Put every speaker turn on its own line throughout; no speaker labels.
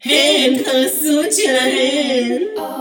הן הרסות שלהן.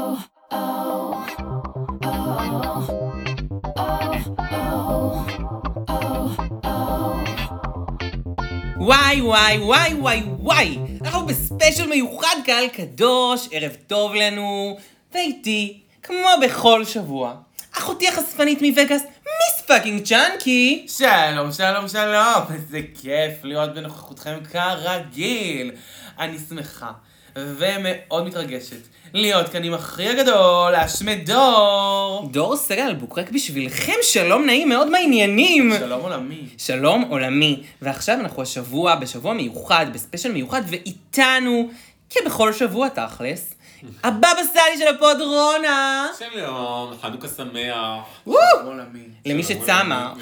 וואי וואי וואי וואי וואי, אנחנו בספיישל מיוחד קהל קדוש, ערב טוב לנו, ואיתי, כמו בכל שבוע, אחותי החשפנית מווגאס, מיס פאקינג צ'אנקי.
שלום, שלום, שלום, איזה כיף להיות בנוכחותכם כרגיל. אני שמחה ומאוד מתרגשת להיות כאן עם אחי הגדול, אשמדור.
דור סגל אלבוקרק בשבילכם, שלום נעים מאוד מהעניינים.
שלום עולמי.
שלום עולמי, ועכשיו אנחנו השבוע, בשבוע מיוחד, בספיישל מיוחד, ואיתנו, כבכל שבוע תכלס, הבבא סאלי של הפוד רונה.
שלום, חנוכה שמח.
שלום עולמי.
למי שצמה.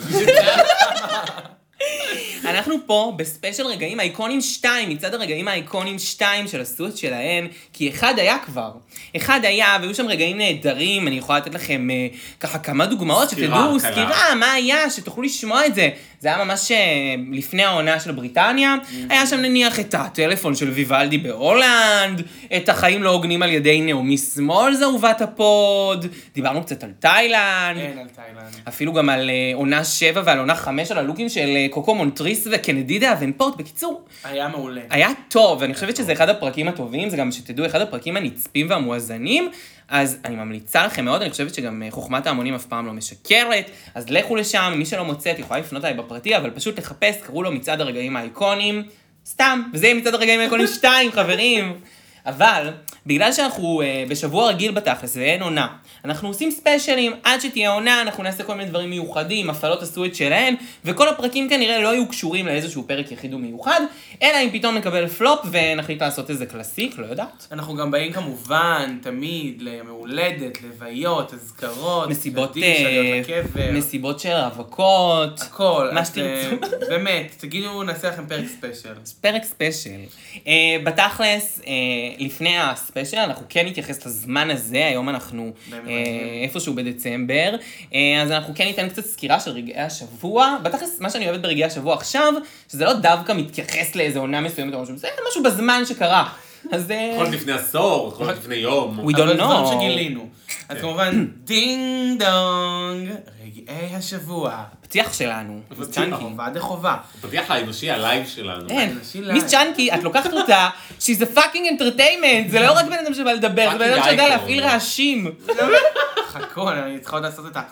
אנחנו פה בספיישל רגעים האיקונים 2, מצד הרגעים האיקונים 2 של הסוט שלהן, כי אחד היה כבר. אחד היה, והיו שם רגעים נהדרים, אני יכולה לתת לכם ככה כמה דוגמאות, שתדעו, סקירה, מה היה, שתוכלו לשמוע את זה. זה היה ממש לפני העונה של בריטניה, היה שם נניח את הטלפון של ויוולדי בהולנד, את החיים לא הוגנים על ידי נעמי שמאל, זה אהובת הפוד, דיברנו קצת על תאילנד.
אין על תאילנד.
אפילו גם על עונה 7 ועל עונה 5 על הלוקים של קוקו מונטריס וקנדידה אבנפורט. בקיצור,
היה מעולה.
היה טוב, ואני חושבת שזה אחד הפרקים הטובים, זה גם שתדעו, אחד הפרקים הנצפים והמואזנים, אז אני ממליצה לכם מאוד, אני חושבת שגם חוכמת ההמונים אף פעם לא משקרת, אז לכו לשם, מי שלא מוצא, יכולה לפנות אליי בפרטי, אבל פשוט לחפש, קראו לו מצעד הרגעים האיקונים, סתם, וזה יהיה מצעד הרגעים האיקונים 2, חברים. אבל, בגלל שאנחנו בשבוע רגיל בתכלס ואין עונה, אנחנו עושים ספיישלים, עד שתהיה עונה, אנחנו נעשה כל מיני דברים מיוחדים, הפעלות עשו את שלהן, וכל הפרקים כנראה לא יהיו קשורים לאיזשהו פרק יחיד ומיוחד, אלא אם פתאום נקבל פלופ ונחליט לעשות איזה קלאסיק, לא יודעת.
אנחנו גם באים כמובן, תמיד, למהולדת, לוויות, אזכרות,
מסיבות,
שדות הקבר.
מסיבות של רווקות,
הכל.
מה
אז,
שתרצו.
באמת, תגידו, נעשה לכם פרק ספיישל.
פרק ספיישל. בתכלס, לפני הספיישל, אנחנו כן נתייחס לזמן הזה, היום אנחנו איפשהו בדצמבר, אז אנחנו כן ניתן קצת סקירה של רגעי השבוע. בתכלס, מה שאני אוהבת ברגעי השבוע עכשיו, שזה לא דווקא מתייחס לאיזה עונה מסוימת או משהו, זה משהו בזמן שקרה. אז
יכול להיות לפני עשור, יכול להיות לפני יום.
We don't
אבל
know.
דברים שגילינו. אז כמובן, דינג דונג, רגעי השבוע.
פתיח שלנו, מיס צ'אנקי.
ועד החובה.
הפתיח האנושי, הלייב שלנו.
אין,
אנשים לא-
מיס צ'אנקי, את לוקחת אותה, she's a fucking entertainment, זה לא רק בן אדם שבא לדבר, זה בן אדם שיודע להפעיל רעשים.
חכו, אני צריכה עוד לעשות את ה...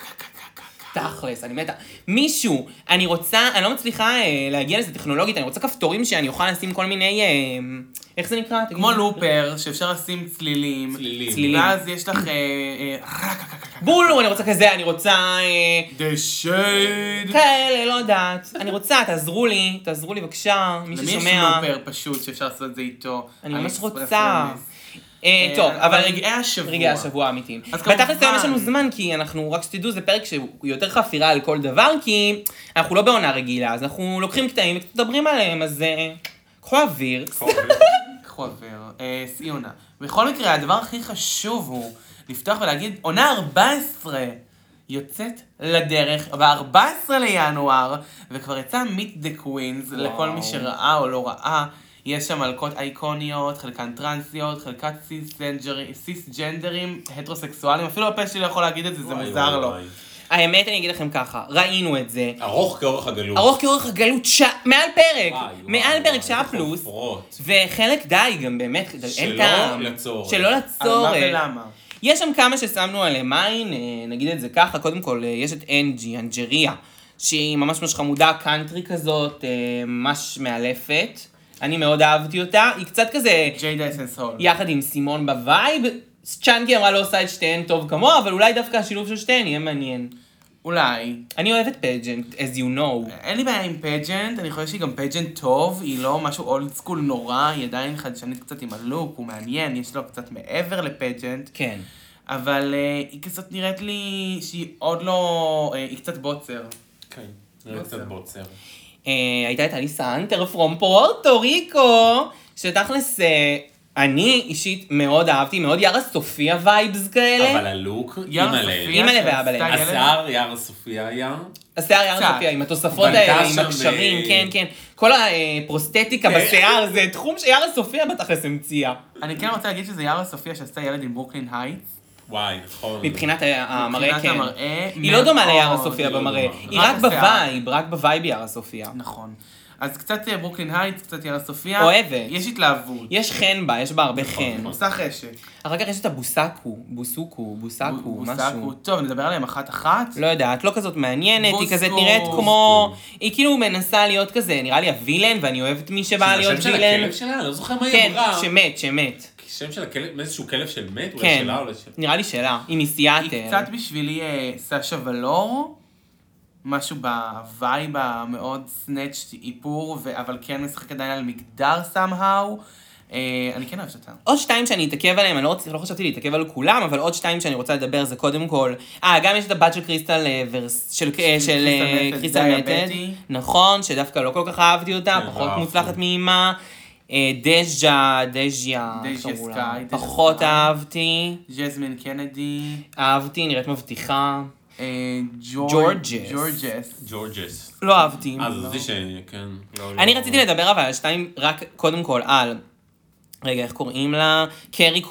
תכלס, אני מתה. מישהו, אני לא מצליחה להגיע לזה טכנולוגית, אני רוצה כפתורים שאני אוכל לשים כל מיני, איך זה נקרא?
כמו לופר, שאפשר לשים צלילים.
צלילים.
ואז יש לך...
בולו, אני רוצה כזה, אני רוצה...
The shade.
כאלה, לא יודעת. אני רוצה, תעזרו לי בבקשה, מי
למי יש
ששומע.
לופר פשוט שאפשר לעשות את זה איתו?
אני ממש
אקספרס
רוצה.
רמז.
טוב, אבל
רגעי השבוע.
רגעי השבוע האמיתיים.
אז כמובן.
בתכלס היום יש לנו זמן, כי אנחנו, רק שתדעו, זה פרק שהוא יותר חפירה על כל דבר, כי אנחנו לא בעונה רגילה, אז אנחנו לוקחים קטעים וקצת מדברים עליהם, אז קחו אוויר.
קחו אוויר. סעי עונה. בכל מקרה, הדבר הכי חשוב הוא לפתוח ולהגיד, עונה 14 יוצאת לדרך ב-14 לינואר, וכבר יצא Meet the Queens לכל מי שראה או לא ראה. יש שם מלכות אייקוניות, חלקן טרנסיות, חלקת סיסג'נדרים, הטרוסקסואלים, אפילו הפה שלי לא יכול להגיד את זה, זה מוזר לו.
האמת, אני אגיד לכם ככה, ראינו את זה.
ארוך כאורך הגלות.
ארוך כאורך הגלות, מעל פרק.
וואי,
מעל פרק, שעה
איזה
פלוס.
חופרות.
וחלק די גם באמת, אין טעם.
לצורך.
שלא
על
לצורך.
מה ולמה?
יש שם כמה ששמנו עליהם עין, נגיד את זה ככה, קודם כל יש את אנג'ריה, שהיא ממש ממש חמודה, קאנטרי כזאת, ממש מאלפת. אני מאוד אהבתי אותה, היא קצת כזה,
ג'יידה אסנס הול.
יחד עם סימון בווייב, צ'אנקי אמרה לא עושה את שתיהן טוב כמוה, אבל אולי דווקא השילוב של שתיהן יהיה מעניין.
אולי.
אני אוהבת פג'נט, as you know.
אין לי בעיה עם פג'נט, אני חושב שהיא גם פג'נט טוב, היא לא משהו אולד סקול נורא, היא עדיין חדשנית קצת עם הלוק, הוא מעניין, יש לו קצת מעבר לפג'נט.
כן.
אבל היא קצת נראית לי שהיא עוד לא... היא קצת בוצר.
כן, נראה קצת בוצר.
הייתה את אליסה אנטר פרום פורטו ריקו, שתכלס אני אישית מאוד אהבתי, מאוד יארה סופיה וייבס כאלה.
אבל הלוק,
יארה
אימא'לה.
סופיה
אימא'לה
שעשתה
ואבא'לה.
ילד.
השיער יארה סופיה היה.
השיער יארה
קצת.
סופיה, עם התוספות
בנתה
האלה, עם
שם,
הקשרים, כן, כן. כל הפרוסטטיקה בשיער, זה תחום שיארה סופיה בתכלס המציאה.
אני כן רוצה להגיד שזה יארה סופיה שעשתה ילד עם ברוקלין הייטס.
וואי, נכון.
מבחינת המראה,
מבחינת
כן.
המראה,
היא לא דומה
מאוד.
ליארה סופיה
היא לא
במראה.
דומה.
היא רק בווייב יארה סופיה.
נכון. אז קצת ברוקלין הייטס, קצת יארה סופיה.
אוהבת.
יש התלהבות.
יש חן בה, יש בה הרבה חן.
עושה חשק.
אחר כך יש את הבוסקו, בוסקו, משהו.
טוב, נדבר עליהם אחת-אחת.
לא יודעת, לא כזאת מעניינת, היא כזה
בוסקו.
נראית כמו... היא כאילו מנסה להיות כזה, נראה לי הווילן, ואני אוהבת מי שבא להיות
השם של
וילן.
הכלב שלה? אני לא זוכר מה היא
כן,
אמרה.
שמת.
שם של הכלב, איזשהו כלב של מת? אולי
כן,
שלה או לשלה?
נראה לי שלה, היא
היא
מסיאטר.
קצת בשבילי סשה ולור. משהו בווייב המאוד סנאצ'ט איפור, אבל כן משחק עדיין על מגדר somehow. אני כן אוהבת אותה.
עוד שתיים שאני אתעכב עליהם, אני לא חשבתי להתעכב על כולם, אבל עוד שתיים שאני רוצה לדבר זה קודם כל... גם יש את הבת של קריסטל של קריסטל מתד. נכון, שדווקא לא כל כך אהבתי אותה,
כן,
פחות
אהבתי.
מוצלחת מאימה. דז'יה,
דז'יה
סקאי,
סקאי.
פחות אהבתי.
ג'זמין קנדי.
אהבתי, נראית מבטיחה.
ג'ורג'ס.
ג'ורג'ס.
לא אהבתי.
זה שכן.
אני רציתי לדבר אבל על שתיים, רק קודם כל על... רגע, איך קוראים לה? קרי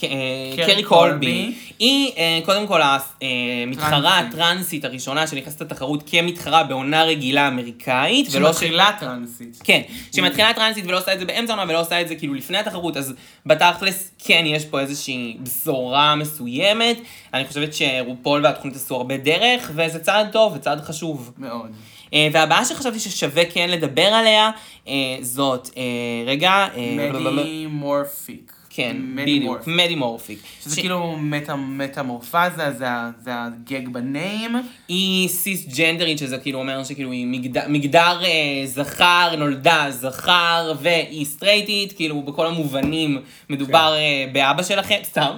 קולבי. היא קודם כל המתחרה הטרנסית הראשונה שנכנסת לתחרות כמתחרה בעונה רגילה אמריקאית.
שמתחילה טרנסית.
כן, שמתחילה טרנסית ולא עושה את זה באמצע עונה ולא עושה את זה כאילו לפני התחרות, אז בתכלס כן יש פה איזושהי בשורה מסוימת. אני חושבת שרופול והתוכנית עשו הרבה דרך, וזה צעד טוב וצעד חשוב.
מאוד.
והבאה שחשבתי ששווה כן לדבר עליה, זאת, רגע...
מדי מורפיק.
כן, בדיוק, מדי מורפיק.
שזה כאילו מטמורפזה, זה הגג בניים.
היא סיסג'נדרית, שזה כאילו אומר שכאילו היא מגדר זכר, נולדה זכר, והיא סטרייטית, כאילו בכל המובנים מדובר באבא שלכם, סתם.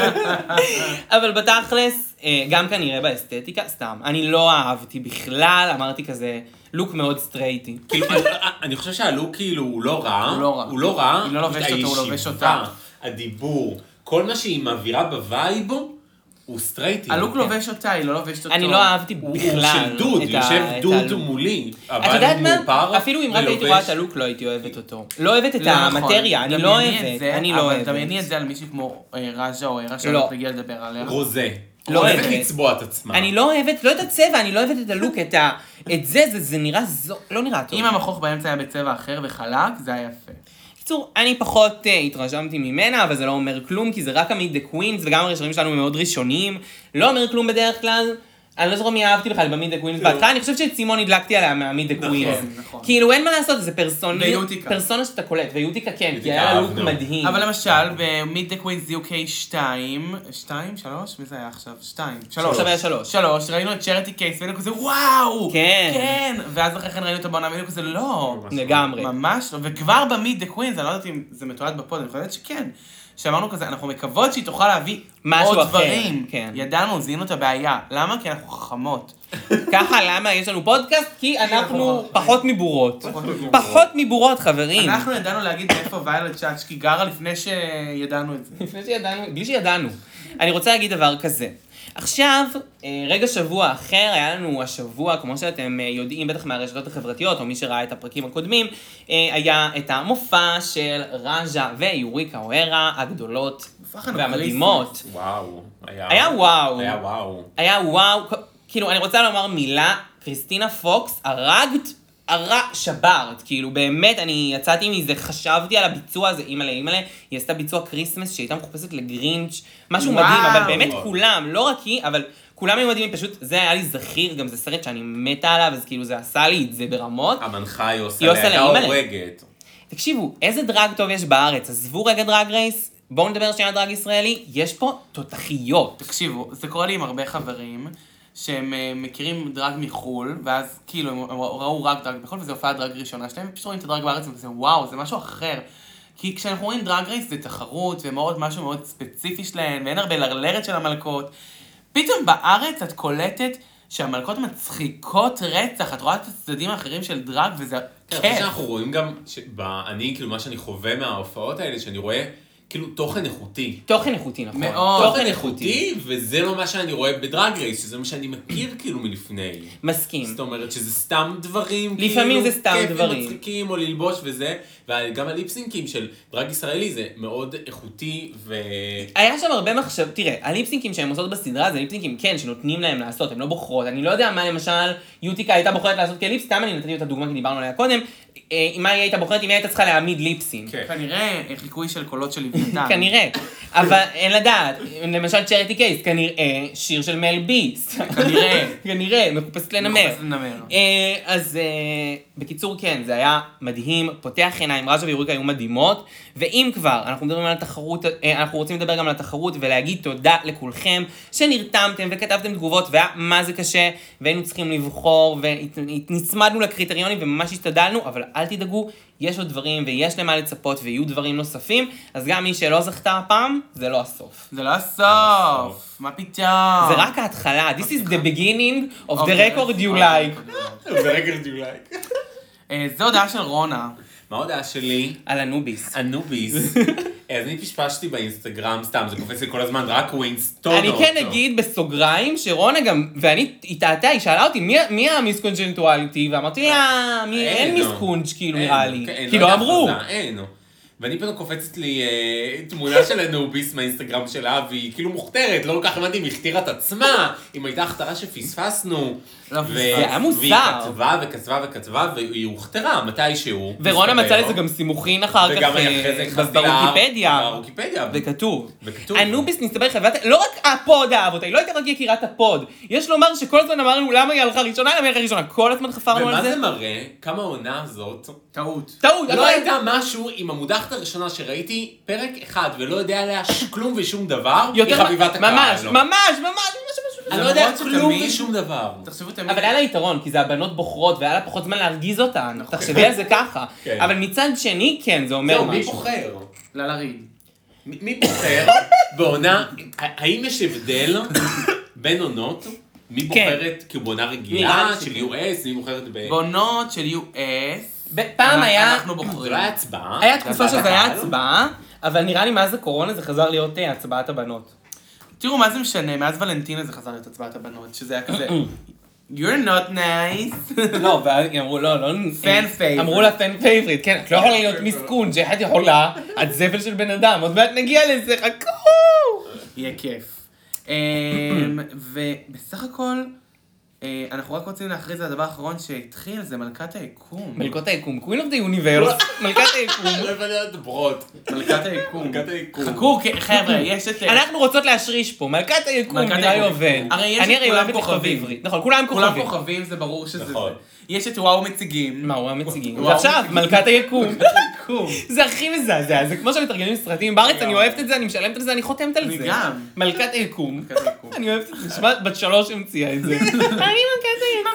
אבל בתכלס, גם כנראה באסתטיקה, סתם. אני לא אהבתי בכלל, אמרתי כזה, לוק מאוד סטרייטי.
כאילו, אני חושב שהלוק כאילו הוא לא רע.
הוא לא רע. היא לא
פשוט
לובשת אותו, הוא לובש אותה.
הישיבה, הדיבור, כל מה שהיא מעבירה בווייב, הוא סטרייטי.
הלוק לובש אותה, היא לא לובשת אותו.
אני לא אהבתי
הוא
בכלל
של דוד, יושב דוד מולי.
את יודעת מה? אפילו אם רק הייתי רואה את הלוק לא הייתי אוהבת אותו. לא אוהבת את המטריה, אני לא אוהבת.
אבל דמייני את זה על מישהי כמו רג'ה או ערה שלא תגיע לדבר עליה.
רוזה.
לא
אוהבת
אוהבת.
לצבוע את עצמה.
אני לא אוהבת, לא את הצבע, אני לא אוהבת את הלוק, את זה נראה, לא נראה טוב.
אם המכוך באמצע היה בצבע אחר וחלק, זה היה יפה.
בקיצור, אני פחות התרשמתי ממנה, אבל זה לא אומר כלום, כי זה רק המיד דה קווינס, וגם הראשונים שלנו מאוד ראשוניים. לא אומר כלום בדרך כלל. אני לא זוכר מי אהבתי בכלל במיד דה קווינס בהתחלה, אני חושבת שאת סימון הדלקתי עליה מהמיד דה קווינס.
נכון.
כאילו אין מה לעשות, זה
ויוטיקה.
פרסונה שאתה קולט, ויוטיקה כן, כי
יוטיקה
היה לה לוק
אהבנו.
מדהים.
אבל למשל, במיד דה קווינס UK 2, 3? מי זה היה עכשיו? 2. 3.
עכשיו היה 3.
3, ראינו את צ'רטי קייס, והיינו כזה וואו!
כן.
כן! ואז אחרי כן ראינו את הבונה, והיינו כזה לא.
לגמרי.
ממש לא. וכבר במיד דה קווינס, אני לא יודעת אם זה מתועד בפוד, אני חושבת שכן. שאמרנו כזה, אנחנו מקוות שהיא תוכל להביא
משהו
עוד
אחר,
דברים.
כן.
ידענו, זיהינו את הבעיה. למה? כי אנחנו חכמות.
ככה למה יש לנו פודקאסט? כי אנחנו
אנחנו
פחות מבורות.
מבורות.
פחות מבורות, חברים.
אנחנו ידענו להגיד מאיפה ויילט צ'אצ'קי גרה לפני שידענו את זה.
לפני שידענו, בלי שידענו. אני רוצה להגיד דבר כזה. עכשיו, רגע שבוע אחר, היה לנו השבוע, כמו שאתם יודעים בטח מהרשתות החברתיות, או מי שראה את הפרקים הקודמים, היה את המופע של רג'ה ויוריקה אוהרה הגדולות והמדהימות.
וואו.
היה וואו.
היה וואו.
היה וואו. כאילו, אני רוצה לומר מילה, קריסטינה פוקס, שברת, כאילו באמת, אני יצאתי מזה, חשבתי על הביצוע הזה, אימא'לה, היא עשתה ביצוע קריסמס שהייתה מחופשת לגרינץ', משהו
וואו.
מדהים, אבל באמת כולם, לא רק היא, אבל כולם היו מדהימים, פשוט זה היה לי זכיר, גם זה סרט שאני מתה עליו, אז כאילו זה עשה לי את זה ברמות.
המנחה היא עושה
היא עושה
לה
לאימא'לה.
הורגת.
תקשיבו, איזה דרג טוב יש בארץ, עזבו רגע דרג רייס, בואו נדבר שנייה על דרג ישראלי, יש פה תותחיות.
תקשיבו, זה קורה לי עם הרבה חברים, שהם מכירים דרג מחול, ואז כאילו הם ראו רק דרג מחול, וזו הופעה דרג ראשונה שלהם, ופשוט רואים את הדרג בארץ וזה וואו, זה משהו אחר. כי כשאנחנו רואים דרג רייס זה תחרות, ומאוד משהו מאוד ספציפי שלהם, ואין הרבה לרלרת של המלכות. פתאום בארץ את קולטת שהמלכות מצחיקות רצח, את רואה את הצדדים האחרים של דרג, וזה
כן, אני חושב
כיף.
שאנחנו רואים גם, אני כאילו מה שאני חווה מההופעות האלה, שאני רואה כאילו תוכן איכותי.
תוכן איכותי, נכון.
מאוד.
תוכן איכותי, וזה לא מה שאני רואה בדרג רייס, שזה מה שאני מכיר כאילו מלפני.
מסכים.
זאת אומרת שזה סתם דברים,
לפעמים
כאילו,
זה סתם דברים.
כיפים, מצחיקים או ללבוש וזה, וגם הליפסינקים של דרג ישראלי זה מאוד איכותי
היה שם הרבה מחשב, תראה, הליפסינקים שהם עושות בסדרה זה ליפסינקים כן, שנותנים להם לעשות, הן לא בוחרות. אני לא יודע מה למשל יוטיקה הייתה בוחרת לעשות כליפס, סתם אני נתתי את הדוגמה כי דיברנו עליה קודם, מה היא הייתה בוחרת, אם היא הייתה צריכה להעמיד ליפסינק.
כן.
כנראה חיקוי של קולות של לוויתן.
כנראה, אבל אין לדעת, למשל צ'ריטי קייס, כנראה שיר של מל ביס. כנראה, מחופשת לנמר. אז בקיצור כן, זה היה מדהים, פותח עיניים, רג'ה ויוריקה היו מדהימות, ואם כבר אנחנו מדברים על התחרות, אנחנו רוצים לדבר גם על התחרות ולהגיד תודה לכולכם שנרתמתם וכתבתם תגובות, והיה מה זה קשה, והיינו צריכים לבחור, ונצמדנו לקריטריונים וממש השתדלנו, אבל אל תדאגו, יש עוד דברים ויש למה לצפות ויהיו דברים נוספים, אז גם מי שלא זכתה הפעם, זה לא הסוף.
זה לא הסוף, מה פתאום?
זה רק ההתחלה, this is the beginning of the record you like.
זה רגע דיולייק.
זו הודעה של רונה.
מה ההודעה שלי?
על אנוביס.
אנוביס. אז אני פשפשתי באינסטגרם, סתם, זה קופץ לי כל הזמן, רק ווינסטון.
אני כן אגיד בסוגריים שרונה גם, ואני התעתעה, היא שאלה אותי מי המיסקונג'נטואליטי, ואמרתי לה, אין מיסקונג' כאילו נראה לי, כאילו אמרו.
אין. ואני פתאום קופצת לי תמונה של אנוביס מהאינסטגרם שלה, והיא כאילו מוכתרת, לא כל כך הבנתי אם היא הכתירה את עצמה, אם הייתה הכתרה שפספסנו.
זה היה מוזר.
והיא כתבה וכתבה וכתבה, והיא הוכתרה מתישהו.
ורונה מצא לזה גם סימוכין אחר כך בוויקיפדיה. וכתוב. אנוביס נסתבר חברת, לא רק הפוד אהב אותה, היא לא הייתה רק יקירת הפוד. יש לומר שכל הזמן אמרנו למה היא הלכה ראשונה, למה היא הלכה ראשונה, כל הזמן חפרנו על זה.
ומה זה מראה? כמה העונה הזאת?
טעות.
לא הייתה משהו עם המודחת הראשונה שראיתי פרק אחד ולא יודע עליה כלום ושום דבר, היא חביבת הקהל.
ממש.
אני לא יודע כלום ושום דבר.
אבל היה לה יתרון, כי זה הבנות בוחרות, והיה לה פחות זמן להרגיז אותן. תחשבי על זה ככה. אבל מצד שני, כן, זה אומר משהו.
מי בוחר?
ללריד.
מי בוחר בעונה, האם יש הבדל בין עונות? מי בוחרת כבעונה רגילה של US, מי בוחרת
בעונות של US,
פעם היה,
אנחנו בוחרים.
זה לא היה הצבעה.
היה תקופה שזה היה הצבעה, אבל נראה לי מאז הקורונה זה חזר להיות הצבעת הבנות.
תראו מה זה משנה, מאז ולנטינה זה חזר להיות הצבעת הבנות, שזה היה כזה, you're not nice.
לא, ואז אמרו, לא,
פן פייבריט.
אמרו לה פן פייבריט, כן, את לא יכולה להיות מיסקון, שאחד יכולה, את זבל של בן אדם, עוד מעט נגיע לזה, חכו!
יהיה כיף. ובסך הכל, אנחנו רק רוצים להכריז על הדבר האחרון שהתחיל, זה מלכת היקום.
מלכות היקום, Queen of the Universe, מלכת היקום.
לא הבנתי על דברות.
מלכת היקום.
מלכת היקום.
חכו, חבר'ה, יש את...
אנחנו רוצות להשריש פה, מלכת היקום, נראה לי עובד.
הרי יש
אני
את
הרי
כולם
אוהבת לכתוב
כוכבים.
בעברית. נכון, כולם
כולם
כוכבים.
כוכבים, זה ברור שזה זה.
נכון.
יש את וואו מציגים.
מה, הוא המציגים.
וואו,
ועכשיו, מלכת היקום.
היקום.
זה הכי מזעזע, זה כמו שמתרגלים סרטים בארץ, אני אוהבת את זה, אני משלמת על זה, אני חותמת על
אני
זה.
גם.
מלכת היקום.
מלכת היקום.
אני אוהבת את זה, נשמע בת 3 המציאה את זה. אני מלכת היקום.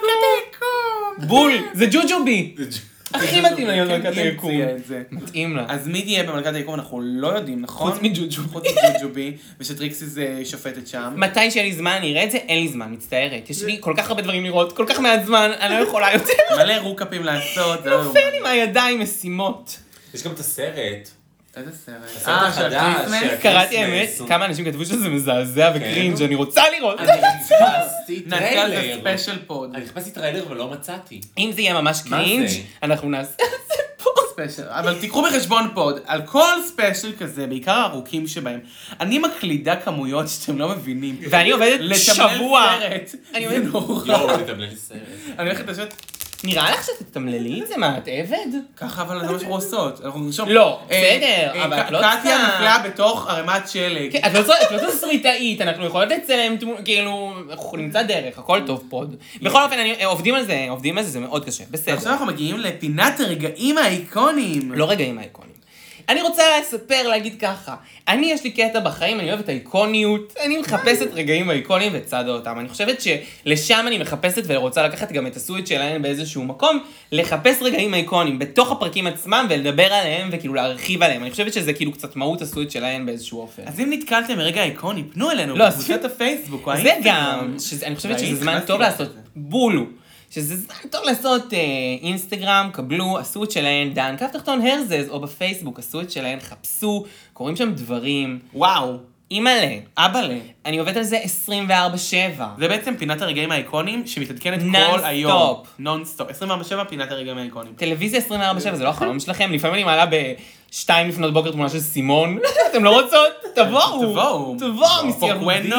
היקום.
בול, זה ג'וג'ובי. הכי מתאים להיות מלכת היקום. מתאים לה.
אז מי תהיה במלכת היקום אנחנו לא יודעים, נכון?
חוץ מג'וג'ובי.
חוץ מג'וג'ובי, ושטריקסי זה שופטת שם.
מתי שיהיה לי זמן אני אראה את זה, אין לי זמן, מצטערת. יש לי כל כך הרבה דברים לראות, כל כך מעט זמן, אני לא יכולה יותר.
מלא רוקאפים לעשות, זה לא
נופל עם הידיים משימות.
יש גם את הסרט.
איזה סרט?
הסרט החדש, של
קראתי
הקריסמס.
האמת, כמה אנשים כתבו שזה מזעזע וקרינג', אני רוצה לראות.
אני חיפשתי
נעשה על זה
טריילר.
ספיישל פוד.
אני חיפשתי טריילר ולא מצאתי.
אם זה יהיה ממש
מה
קרינג',
זה?
אנחנו נעשה את זה פה.
ספיישל. אבל תיקחו בחשבון פוד, על כל ספיישל כזה, בעיקר הארוכים שבהם, אני מקלידה כמויות שאתם לא מבינים.
ואני עובדת שבוע.
לתמלל סרט.
אני
זה
עובדת-
נורא.
יואו, לתמלל סרט.
אני הולכת לשבת,
נראה לך שתתמללי את זה? מה, את עבד?
ככה אבל זה מה שאנחנו עושות. אנחנו נרשום.
לא, בסדר, אבל את לא
קטיה
צריכה-
נפלה בתוך ערימת שלג.
כן, את לא תסריטאית, אנחנו יכולות לצלם, כאילו, אנחנו נמצא דרך, הכל טוב פוד. בכל אופן, עובדים על זה, זה מאוד קשה, בסדר.
ועכשיו אנחנו מגיעים לפינת הרגעים האיקונים.
לא רגעים האיקונים. אני רוצה לספר, להגיד ככה, יש לי קטע בחיים, אני אוהבת האיקוניות, אני מחפשת רגעים האיקונים וצדה אותם. אני חושבת שלשם אני מחפשת ורוצה לקחת גם את הסוויט שלהם באיזשהו מקום, לחפש רגעים האיקונים בתוך הפרקים עצמם ולדבר עליהם וכאילו להרחיב עליהם. אני חושבת שזה כאילו קצת מהות הסוויט שלהם באיזשהו אופן.
אז אם נתקלתם ברגע איקוני, פנו אלינו
לא,
בקבוצת הפייסבוק או
זה
האינסטגרם.
גם, אני חושבת שזה
והאינט,
זמן
נכנסתי
טוב
לעשות
לעשות
את זה.
בולו. שזה זמן טוב לעשות אינסטגרם, קבלו, עשו את שלהן, דן, קו תחתון הרזז, או בפייסבוק, עשו את שלהן, חפשו, קוראים שם דברים.
וואו.
אימא'לה.
אבאלה.
אני עובדת על זה 24/7.
זה בעצם פינת הרגעים האיקונים שמתעדכנת כל היום. נונסטופ. 24/7 פינת הרגעים האיקונים.
טלוויזיה 24/7, זה לא החלום שלכם? לפעמים אני מעלה ב-2 לפנות בוקר תמונה של סימון. אתם לא רוצות? תבואו. תבואו, מסיירודי.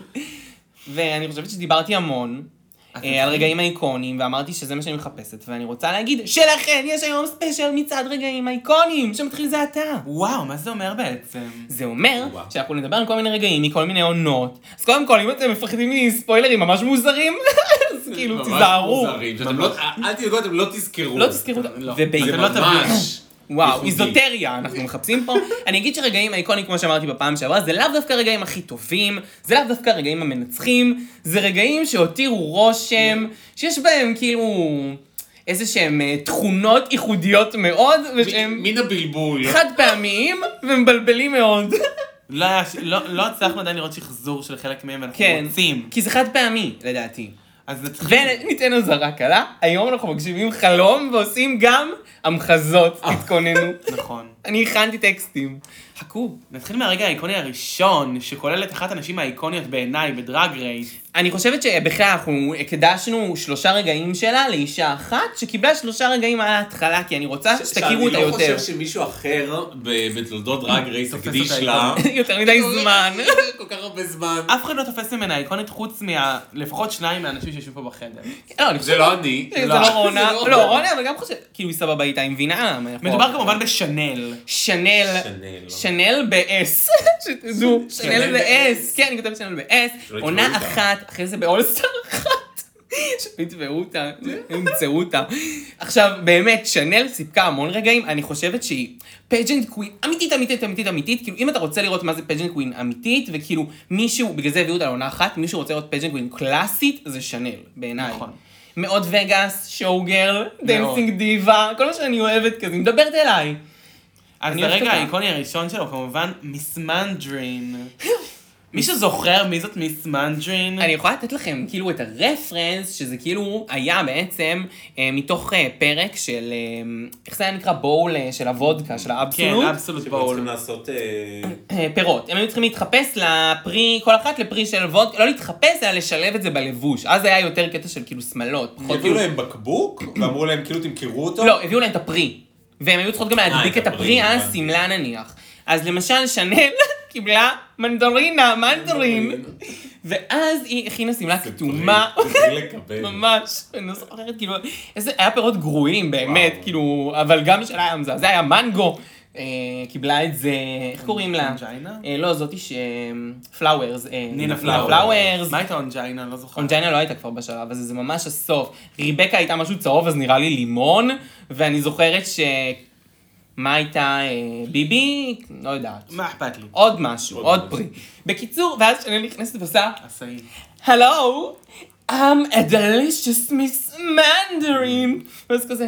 ואני חושבת שדיברתי המון על רגעים האיקונים, ואמרתי שזה מה שאני מחפשת, ואני רוצה להגיד שלכן יש היום ספיישל מצד רגעים האיקונים, שמתחיל זה אתה.
וואו, מה זה אומר בעצם?
זה אומר שאנחנו נדבר על כל מיני רגעים, מכל מיני עונות. אז קודם כל, אם אתם מפחדים מספוילרים ממש מוזרים, אז כאילו תיזהרו.
אל תדאגו, אתם לא תזכרו.
לא תזכרו,
זה ממש.
וואו, איזוטריה, אנחנו מחפשים פה. אני אגיד שרגעים האיקונים, כמו שאמרתי בפעם שעברה, זה לאו דווקא רגעים הכי טובים, זה לאו דווקא רגעים המנצחים, זה רגעים שהותירו רושם, שיש בהם כאילו איזה שהם תכונות ייחודיות מאוד, ושהם
מן הבלבול.
חד פעמיים ומבלבלים מאוד.
לא הצלחנו עדיין לראות שחזור של חלק מהם, אנחנו רוצים.
כי זה חד פעמי, לדעתי.
אז נתחיל.
וניתן הזרה קלה, היום אנחנו מגשימים חלום ועושים גם המחזות, תתכוננו.
נכון.
אני הכנתי טקסטים. חכו.
נתחיל מהרגע האיקוני הראשון, שכולל את אחת הנשים האיקוניות בעיניי בדרג רייס.
אני חושבת שבכלל אנחנו הקדשנו 3 רגעים שלה לאישה אחת, שקיבלה 3 רגעים על ההתחלה, כי אני רוצה שתכירו אותה יותר.
אני לא חושב שמישהו אחר בתולדות דרג רייס הקדיש לה.
יותר מדי זמן.
כל כך הרבה זמן.
אף אחד לא תופס ממנה איקונית חוץ לפחות 2 מהאנשים שישבו פה בחדר.
זה לא אני.
זה לא רונה. לא, רונה, אבל גם חושב, כאילו היא סבבה איתה, היא מבינה.
מדובר כמובן בשנל.
שנל ב-S, שתדעו, שנל ב-S, כן, אני כותבת שנל ב-S, עונה אחת, אחרי זה באולסטר אחת, שתתבעו אותה, ימצאו אותה. עכשיו, באמת, שנל סיפקה המון רגעים, אני חושבת שהיא פג'נט קווין, אמיתית, כאילו אם אתה רוצה לראות מה זה פג'נט קווין אמיתית, וכאילו מישהו, בגלל זה הביאו אותה לעונה אחת, מישהו רוצה לראות פג'נט קווין קלאסית, זה שנל, בעיניי.
נכון.
מאוד וגאס, שואו גרל, דנסינג דיבה, כל מה שאני אוהבת כזה, מדברת אליי.
אז הרגע האיקוני הראשון שלו, כמובן, מיס מנדרין. מישהו זוכר מי זאת מיס מנדרין?
אני יכולה לתת לכם כאילו את הרפרנס, שזה כאילו היה בעצם מתוך פרק של, איך זה היה נקרא? בול של הוודקה, של האבסולוט.
כן, אבסולוט בול.
צריכים לעשות
פירות. הם היו צריכים להתחפש לפרי, כל אחת לפרי של וודקה, לא להתחפש, אלא לשלב את זה בלבוש. אז היה יותר קטע של כאילו שמלות.
הביאו להם בקבוק, ואמרו להם כאילו תמכרו אותו?
לא, הביאו להם את הפרי. והם היו צריכות גם להדביק את הפרי על הסמלה נניח. אז למשל שנל קיבלה מנדרין, ואז היא הכינה סמלה כתומה. ממש, אני לא זוכרת, כאילו, איזה, היה פירות גרועים באמת, כאילו, אבל גם של היה מזעזע, זה היה מנגו, קיבלה את זה, איך קוראים לה?
אונג'יינה?
לא, זאתי פלאוורס.
נינה
פלאוורס.
מה הייתה אונג'יינה? לא זוכר.
אונג'יינה לא הייתה כבר בשלב הזה, זה ממש הסוף. ריבקה הייתה משהו צהוב, אז נראה לי לימון, ואני זוכרת מה הייתה ביבי? לא יודעת.
מה אכפת לי?
עוד משהו, עוד פרי. בקיצור, ואז שאני נכנסת ועושה,
עשאי.
Hello, I'm a delicious Miss Mandarin. ואז כזה.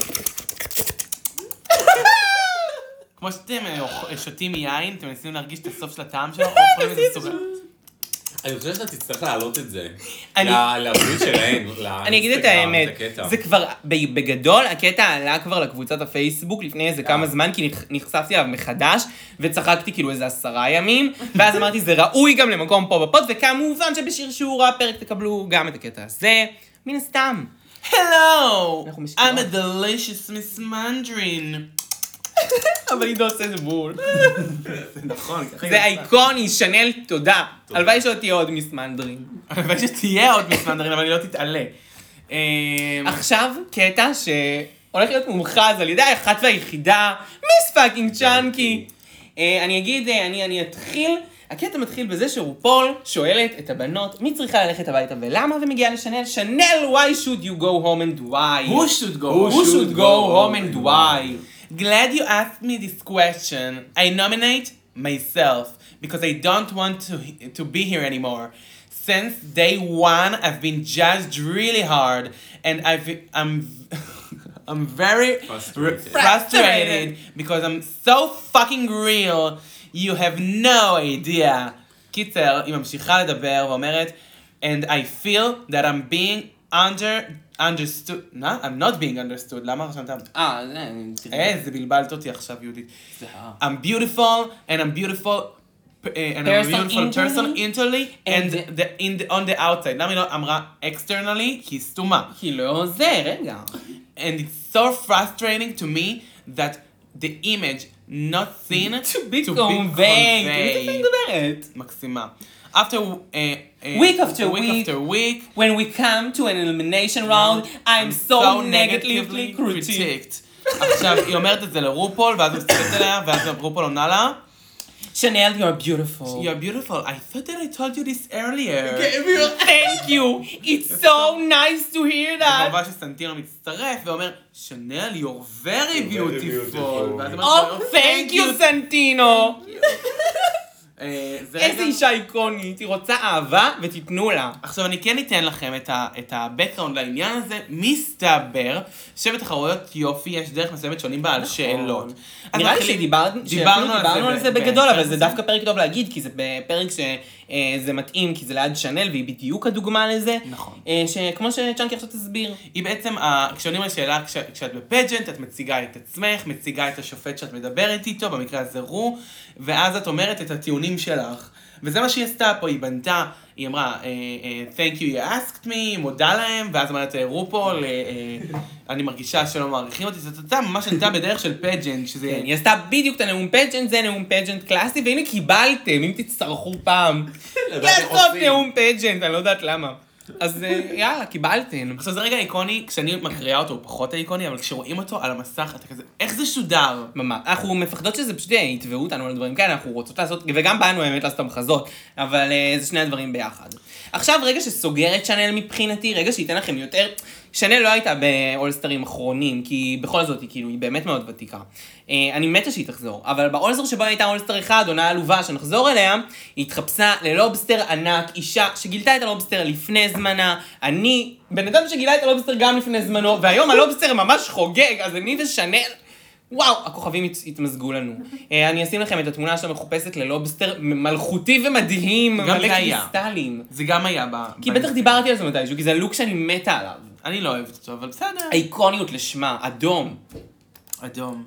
כמו שאתם שותים יין, אתם מנסים להרגיש את הסוף של הטעם שלו, או אוכלים איזה סוגר.
אני חושב שאתה תצטרך להעלות את זה. לבריאות שלהן,
אני אגיד את האמת, זה כבר, בגדול, הקטע עלה כבר לקבוצת הפייסבוק לפני איזה כמה זמן, כי נחשפתי עליו מחדש, וצחקתי כאילו איזה 10 ימים, ואז אמרתי, זה ראוי גם למקום פה בפוד, וכמובן שבשרשור הפרק תקבלו גם את הקטע הזה, מן הסתם.
Hello, I'm a delicious Miss Mandarin.
אבל היא לא עושה את זה בול.
זה נכון.
זה אייקוני, שנל, תודה. הלוואי שעוד תהיה עוד מיס מנדרין.
הלוואי שתהיה עוד מיס מנדרין, אבל היא לא תתעלה.
עכשיו, קטע שהולך להיות מומחז על ידי האחת והיחידה, מיס פאקינג צ'אנקי. אני אגיד, אני אתחיל, הקטע מתחיל בזה שרופול שואלת את הבנות, מי צריכה ללכת הביתה ולמה, ומגיעה לשנל, שנל, why should you go home and why?
Who should go home and why? Glad you asked me this question. I nominate myself because I don't want to be here anymore. Since day one, I've been judged really hard, and I'm very frustrated because I'm so fucking real. You have no idea. קיצר, היא ממשיכה לדבר ואומרת, and I feel that I'm being understood, I'm not being understood, למה רשמת? זה בלבלת אותי עכשיו, יהודית. I'm beautiful, and I'm beautiful, and I'm a beautiful person internally, and on the outside. למה היא לא אמרה externally? כי היא סתומה.
כי לא זה, רגע.
And it's so frustrating to me that the image not seen
to be conveyed. איזה מדברת?
מקסימה. After
week after week, when we come to an elimination round, I'm so negatively critiqued.
עכשיו, היא אומרת את זה לרופול, ואז היא מסתכלת עליה, ואז רופול עונה לה.
Chanel, you're beautiful.
You're beautiful. I thought that I told you this earlier.
Thank you. It's so nice to hear that.
וכמובן שסנטינו מצטרף ואומר, Chanel, you're very beautiful.
Oh, thank you, סנטינו.
איזה
איזה אישה איקונית, היא רוצה אהבה ותיתנו לה.
עכשיו אני כן אתן לכם את הבקראונד לעניין הזה. מסתבר שבתחרויות יופי יש דרך מסוימת שונים בה על שאלות.
נראה לי שדיברנו על זה בגדול, אבל זה דווקא פרק טוב להגיד, כי זה פרק שזה מתאים, כי זה ליד שנל, והיא בדיוק הדוגמה לזה.
נכון.
שכמו שצ'אנקי עכשיו תסביר.
היא בעצם, כשעונים על שאלה, כשאת בפג'נט, את מציגה את עצמך, מציגה את השופט שאת מדברת איתו, במקרה הזה רו, ואז את אומרת את הטיעונים שלך. וזה מה שהיא עשתה פה, היא בנתה, היא אמרה, thank you, you asked me, היא מודה להם, ואז אמרת, רופול, אני מרגישה שלא מעריכים אותי, זאת הייתה ממש ענתה בדרך של פג'נט, שזה...
כן, היא עשתה בדיוק את הנאום פג'נט, זה נאום פג'נט קלאסי, והנה קיבלתם, אם תצטרכו פעם. לעשות נאום פג'נט, אני לא יודעת למה. אז יאללה, קיבלתם.
עכשיו זה רגע איקוני, כשאני מקריאה אותו הוא פחות איקוני, אבל כשרואים אותו על המסך, אתה כזה, איך זה שודר?
ממש, אנחנו מפחדות שזה פשוט יתבעו אותנו על דברים כאלה, אנחנו רוצות לעשות, וגם באנו האמת לעשות המחזות, אבל זה שני הדברים ביחד. עכשיו רגע שסוגר את שנל מבחינתי, רגע שייתן לכם יותר, שנל לא הייתה באולסטרים אחרונים, כי בכל זאת היא כאילו, היא באמת מאוד ותיקה. אני מתה שהיא תחזור, אבל באולסטר שבו הייתה אולסטר אחד, עונה עלובה שנחזור אליה, היא התחפשה ללובסטר ענק, אישה שגילתה את הלובסטר לפני זמנה, אני, בן אדם שגילה את הלובסטר גם לפני זמנו, והיום הלובסטר ממש חוגג, אז אני ושנל, וואו, הכוכבים התמזגו לנו. אני אשים לכם את התמונה שלה מחופשת ללובסטר מלכותי ומדהים, מלא קריסטלים.
זה גם היה
כי בטח דיברתי על זה מתישהו, כי זה לוק שאני מתה עליו.
אני לא אוהבת אותו, אבל בסדר.
האיקוניות לשמה, אדום.
אדום.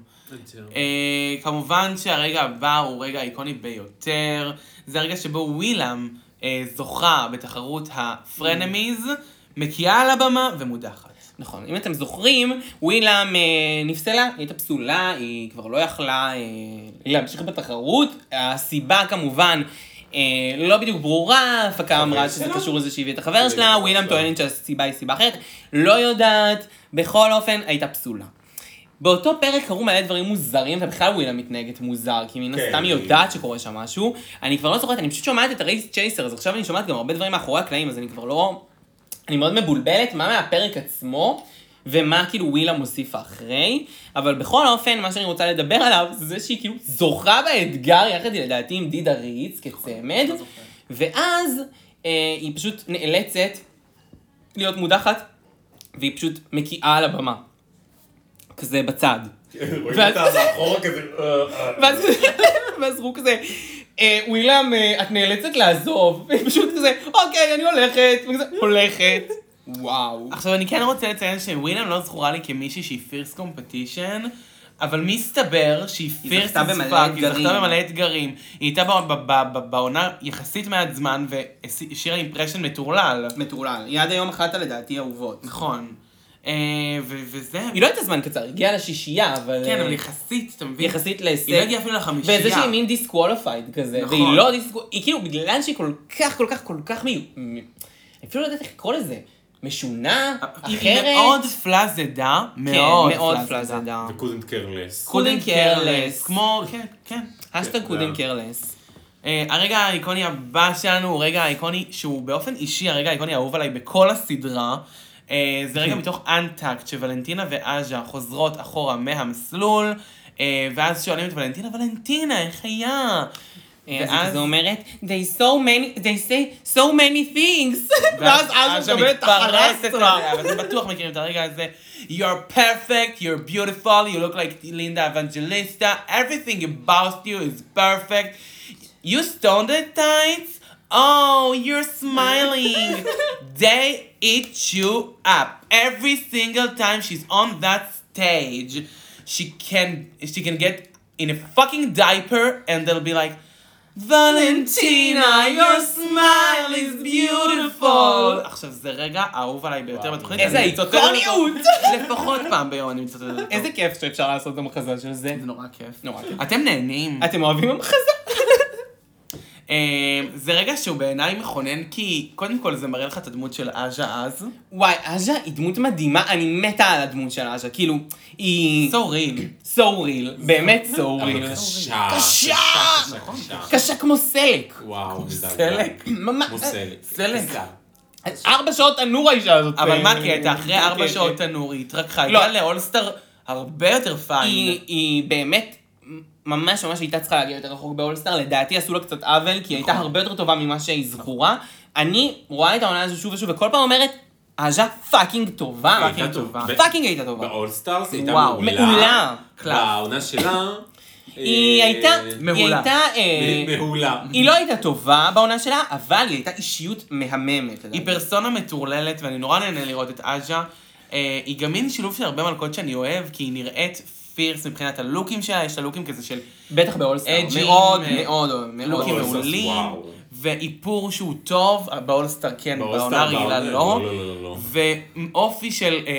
כמובן שהרגע הבא הוא רגע איקוני ביותר. זה הרגע שבו ווילם זוכה בתחרות הפרנמיז, מקיאה על הבמה ומודחת.
נכון, אם אתם זוכרים, ווילם נפסלה, היא הייתה פסולה, היא כבר לא יכלה להמשיך בתחרות. הסיבה כמובן לא בדיוק ברורה, הפקה אמרה שזה קשור לזה שהיא הביא את החבר שלה, ווילם טוענת שהסיבה היא סיבה אחרת, לא יודעת, בכל אופן הייתה פסולה. באותו פרק קרו מלא דברים מוזרים, ובכלל ווילם מתנהגת מוזר, כי מן הסתם היא יודעת שקורה שם משהו. אני כבר לא זוכרת, אני פשוט שומעת את הרייס צ'ייסר, אז עכשיו אני שומעת גם הרבה דברים מאחורי הקלעים, אז אני כבר לא... אני מאוד מבולבלת מה מהפרק עצמו, ומה כאילו ווילם מוסיפה אחרי, אבל בכל אופן, מה שאני רוצה לדבר עליו, זה שהיא כאילו זוכה באתגר, יחד לדעתי עם דידה ריץ כצמד, ואז היא פשוט נאלצת להיות מודחת, והיא פשוט מקיאה על הבמה. כזה בצד.
רואים אותה מאחורה כזה...
ואז הוא כזה, ווילם, את נאלצת לעזוב, והיא פשוט כזה, אוקיי, אני הולכת, וכזה, הולכת. וואו.
עכשיו אני כן רוצה לציין שווילם לא זכורה לי כמישהי שהיא פירס קומפטישן, אבל מסתבר שהיא פירס פאק, היא זכתה במלא אתגרים. היא הייתה בעונה יחסית מעט זמן, והשאירה אימפרשן מטורלל.
מטורלל. היא עד היום אחת לדעתי אהובות.
נכון. וזה...
היא לא הייתה זמן קצר, היא הגיעה לשישייה, אבל...
כן, אבל יחסית, אתה מבין?
יחסית להישג.
היא לא הגיעה אפילו לחמישייה.
וזה שהיא מין דיסקוואליפייד כזה.
נכון.
והיא לא דיסקוואליפייד, היא כאילו, בגלל שהיא כל כך אפילו לא יודעת איך לקרוא לזה. משונה, אחרת.
היא מאוד פלאזדה, מאוד
פלאזדה.
ו-couldn't care less.
couldn't care less.
כמו, כן.
השטג couldn't care less.
הרגע האיקוני הבא שלנו הוא רגע האיקוני שהוא באופן אישי, הרגע האיקוני האהוב עליי בכל הסדרה. זה רגע מתוך אנטקט שוולנטינה ואז'ה חוזרות אחורה מהמסלול, ואז שואלים את ולנטינה, איך היה?
ואז היא אומרת, they say so many things. ואז אז'ה מקבלת את החרסטרה.
ואתם בטוח מכירים את הרגע הזה. You're perfect, you're beautiful, you look like Linda Evangelista, everything about you is perfect. You stoned at times, Oh, you're smiling. They eat you up. Every single time she's on that stage, she can get in a fucking diaper and they'll be like, Valentina, your smile is beautiful. עכשיו, זה רגע אהוב עליי ביותר בתוכנית.
איזה איקוניות!
לפחות פעם ביום אני מצטט את זה.
איזה כיף שאפשר לעשות את המחזה של זה.
זה נורא כיף.
נורא כיף.
אתם נהנים.
אתם אוהבים המחזה?
זה רגע שהוא בעיניי מכונן, כי קודם כל זה מראה לך את הדמות של אג'ה אז.
וואי, אג'ה היא דמות מדהימה, אני מתה על הדמות של אג'ה, כאילו, היא...
So real.
so real, באמת so real.
קשה.
קשה כמו סלק.
וואו,
סלק.
ממש.
כמו סלק.
סלק.
4 שעות תנור האישה הזאת.
אבל מה קטע? אחרי 4 שעות תנור היא התרככה, הגיעה לאולסטאר הרבה יותר פיין.
היא באמת... ממש הייתה צריכה להגיע יותר רחוק באולסטאר, לדעתי עשו לה קצת עוול, כי היא הייתה הרבה יותר טובה ממה שהיא זכורה. אני רואה את העונה הזו שוב ושוב, וכל פעם אומרת, אג'ה פאקינג טובה. פאקינג הייתה טובה.
באולסטארס היא הייתה
מעולה.
בעונה שלה...
היא הייתה...
מעולה.
מעולה.
היא לא הייתה טובה בעונה שלה, אבל היא הייתה אישיות מהממת.
היא פרסונה מטורללת, ואני נורא נהנה לראות את אג'ה. היא גם מין שילוב של הרבה מלכות שאני אוהב, כי היא נראית פירס מבחינת הלוקים שלה, יש לה לוקים כזה של...
בטח באולסטאר. מאוד.
לוקים מעולים. ואיפור שהוא טוב, באולסטאר כן, בעונה רגילה לא. ואופי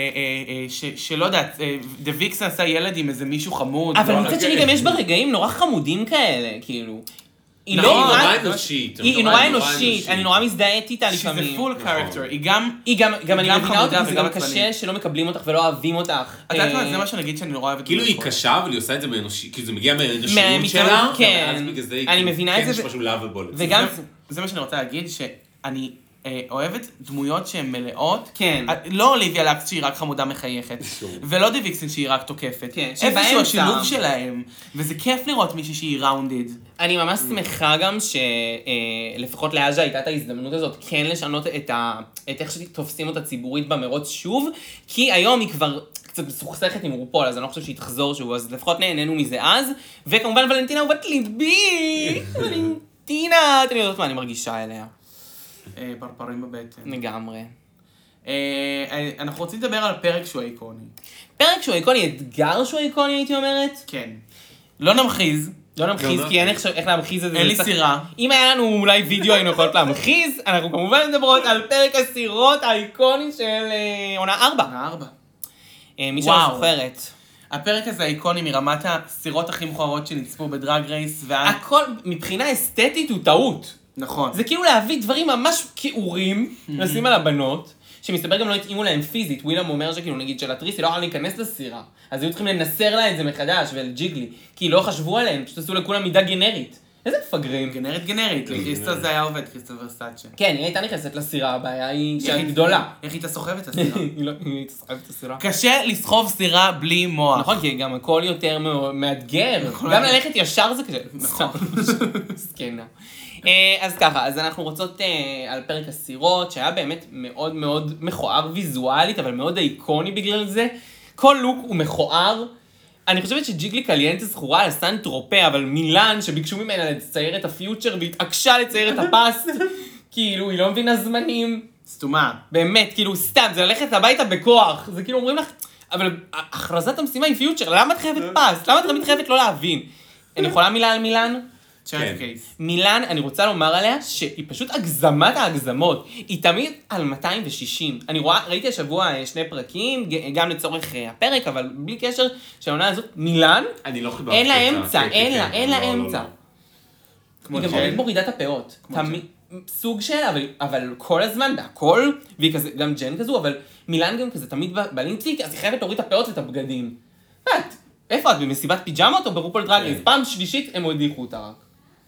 שלא יודעת, דה ויקס עשה ילד עם איזה מישהו חמוד.
אבל מצד שני גם יש בה רגעים נורא חמודים כאלה, כאילו. היא
נורא אנושית.
היא נורא אנושית, אני נורא מזדהית איתה לפעמים.
שזה פול קרקטר, היא גם
אני מבינה אותך, זה גם קשה שלא מקבלים אותך ולא אוהבים אותך.
אתה יודעת מה, זה מה שאני אגיד שאני נורא אוהבת.
כאילו היא קשה, אבל היא עושה את זה באנושיות, כאילו זה מגיע מהאנושיות שלה,
כן, אני מבינה את זה.
כן, יש משהו לאביבול.
וגם,
זה מה שאני רוצה להגיד, שאני אוהבת דמויות שהן מלאות.
כן.
לא אוליביה לקס שהיא רק חמודה מחייכת, ולא דה ויקסן שהיא רק תוקפת.
כן,
איפשהו השילוב שלהם, וזה כיף לראות מישהי שהיא ראונדד.
אני ממש שמחה גם שלפחות לאג'ה הייתה את ההזדמנות הזאת כן לשנות את איך שתופסים אותה ציבורית במרוץ שוב, כי היום היא כבר קצת מסוכסכת עם רופול, אז אני לא חושב שהיא תחזור שוב, אז לפחות נהנינו מזה אז, וכמובן ולנטינה אהובת ליבי, ולנטינה, אתם יודעות מה אני מרגישה אליה.
פרפרים בבטן.
לגמרי.
אנחנו רוצים לדבר על פרק שהוא איקוני.
פרק שהוא איקוני, אתגר שהוא איקוני הייתי אומרת?
כן. לא נמחיז.
לא נמחיז, כי אין איך להמחיז את זה.
אין לי סירה.
אם היה לנו אולי וידאו היינו יכולות להמחיז, אנחנו כמובן מדברות על פרק הסירות האיקוני של עונה 4.
עונה 4.
מי שלא זוכרת.
הפרק הזה איקוני מרמת הסירות הכי מכוערות שנצפו בדרג רייס.
הכל מבחינה אסתטית הוא טעות.
נכון.
זה כאילו להביא דברים ממש כעורים, לשים על הבנות, שמסתבר גם לא התאימו להם פיזית. ווילם אומר שכאילו נגיד של הטריס, היא לא יכולה להיכנס לסירה. אז היו צריכים לנסר לה את זה מחדש ולג'יגלי. כי לא חשבו עליהם, פשוט עשו לכולם מידה גנרית. איזה מפגרים.
גנרית. לקריסטל זה היה עובד, קריסטל ורסאצ'ה.
כן, היא הייתה נכנסת לסירה, הבעיה היא שהיא גדולה.
איך היא תסוחב את הסירה?
היא הייתה סוחבת את הסירה.
קשה לסחוב סירה בלי מוח.
נכון, כי גם הכל יותר מאתגר. גם ללכת ישר זה קשה. נכון. סקנה. אז ככה, אז אנחנו רוצות על פרק הסירות, שהיה באמת מאוד מאוד מכוער ויזואלית, אבל מאוד איקוני בגלל זה. כל לוק הוא מכוער. אני חושבת שג'יגלי קליינטה זכורה על סן טרופה, אבל מילאן שביקשו ממנה לצייר את הפיוטשר והתעקשה לצייר את הפסט, כאילו היא לא מבינה זמנים.
סתומה.
באמת, כאילו סתם, זה ללכת הביתה בכוח. זה כאילו אומרים לך, אבל הכרזת המשימה היא פיוטשר, למה את חייבת פסט? למה את תמיד חייבת לא להבין? אני יכולה מילה על מילאן? מילאן, אני רוצה לומר עליה שהיא פשוט הגזמת ההגזמות. היא תמיד על 260. ראיתי השבוע 2 פרקים, גם לצורך הפרק, אבל בלי קשר, שהעונה הזאת, מילאן, אין לה אמצע, אין לה אמצע. היא גם תמיד מורידה את הפאות. סוג של, אבל כל הזמן, בהכל, והיא כזה, גם ג'ן כזו, אבל מילאן גם כזה תמיד בלינציק, אז היא חייבת להוריד את הפאות ואת הבגדים. איפה את? במסיבת פיג'מות או ברופול דרג רייס? פעם שלישית הם הודיחו אותה רק.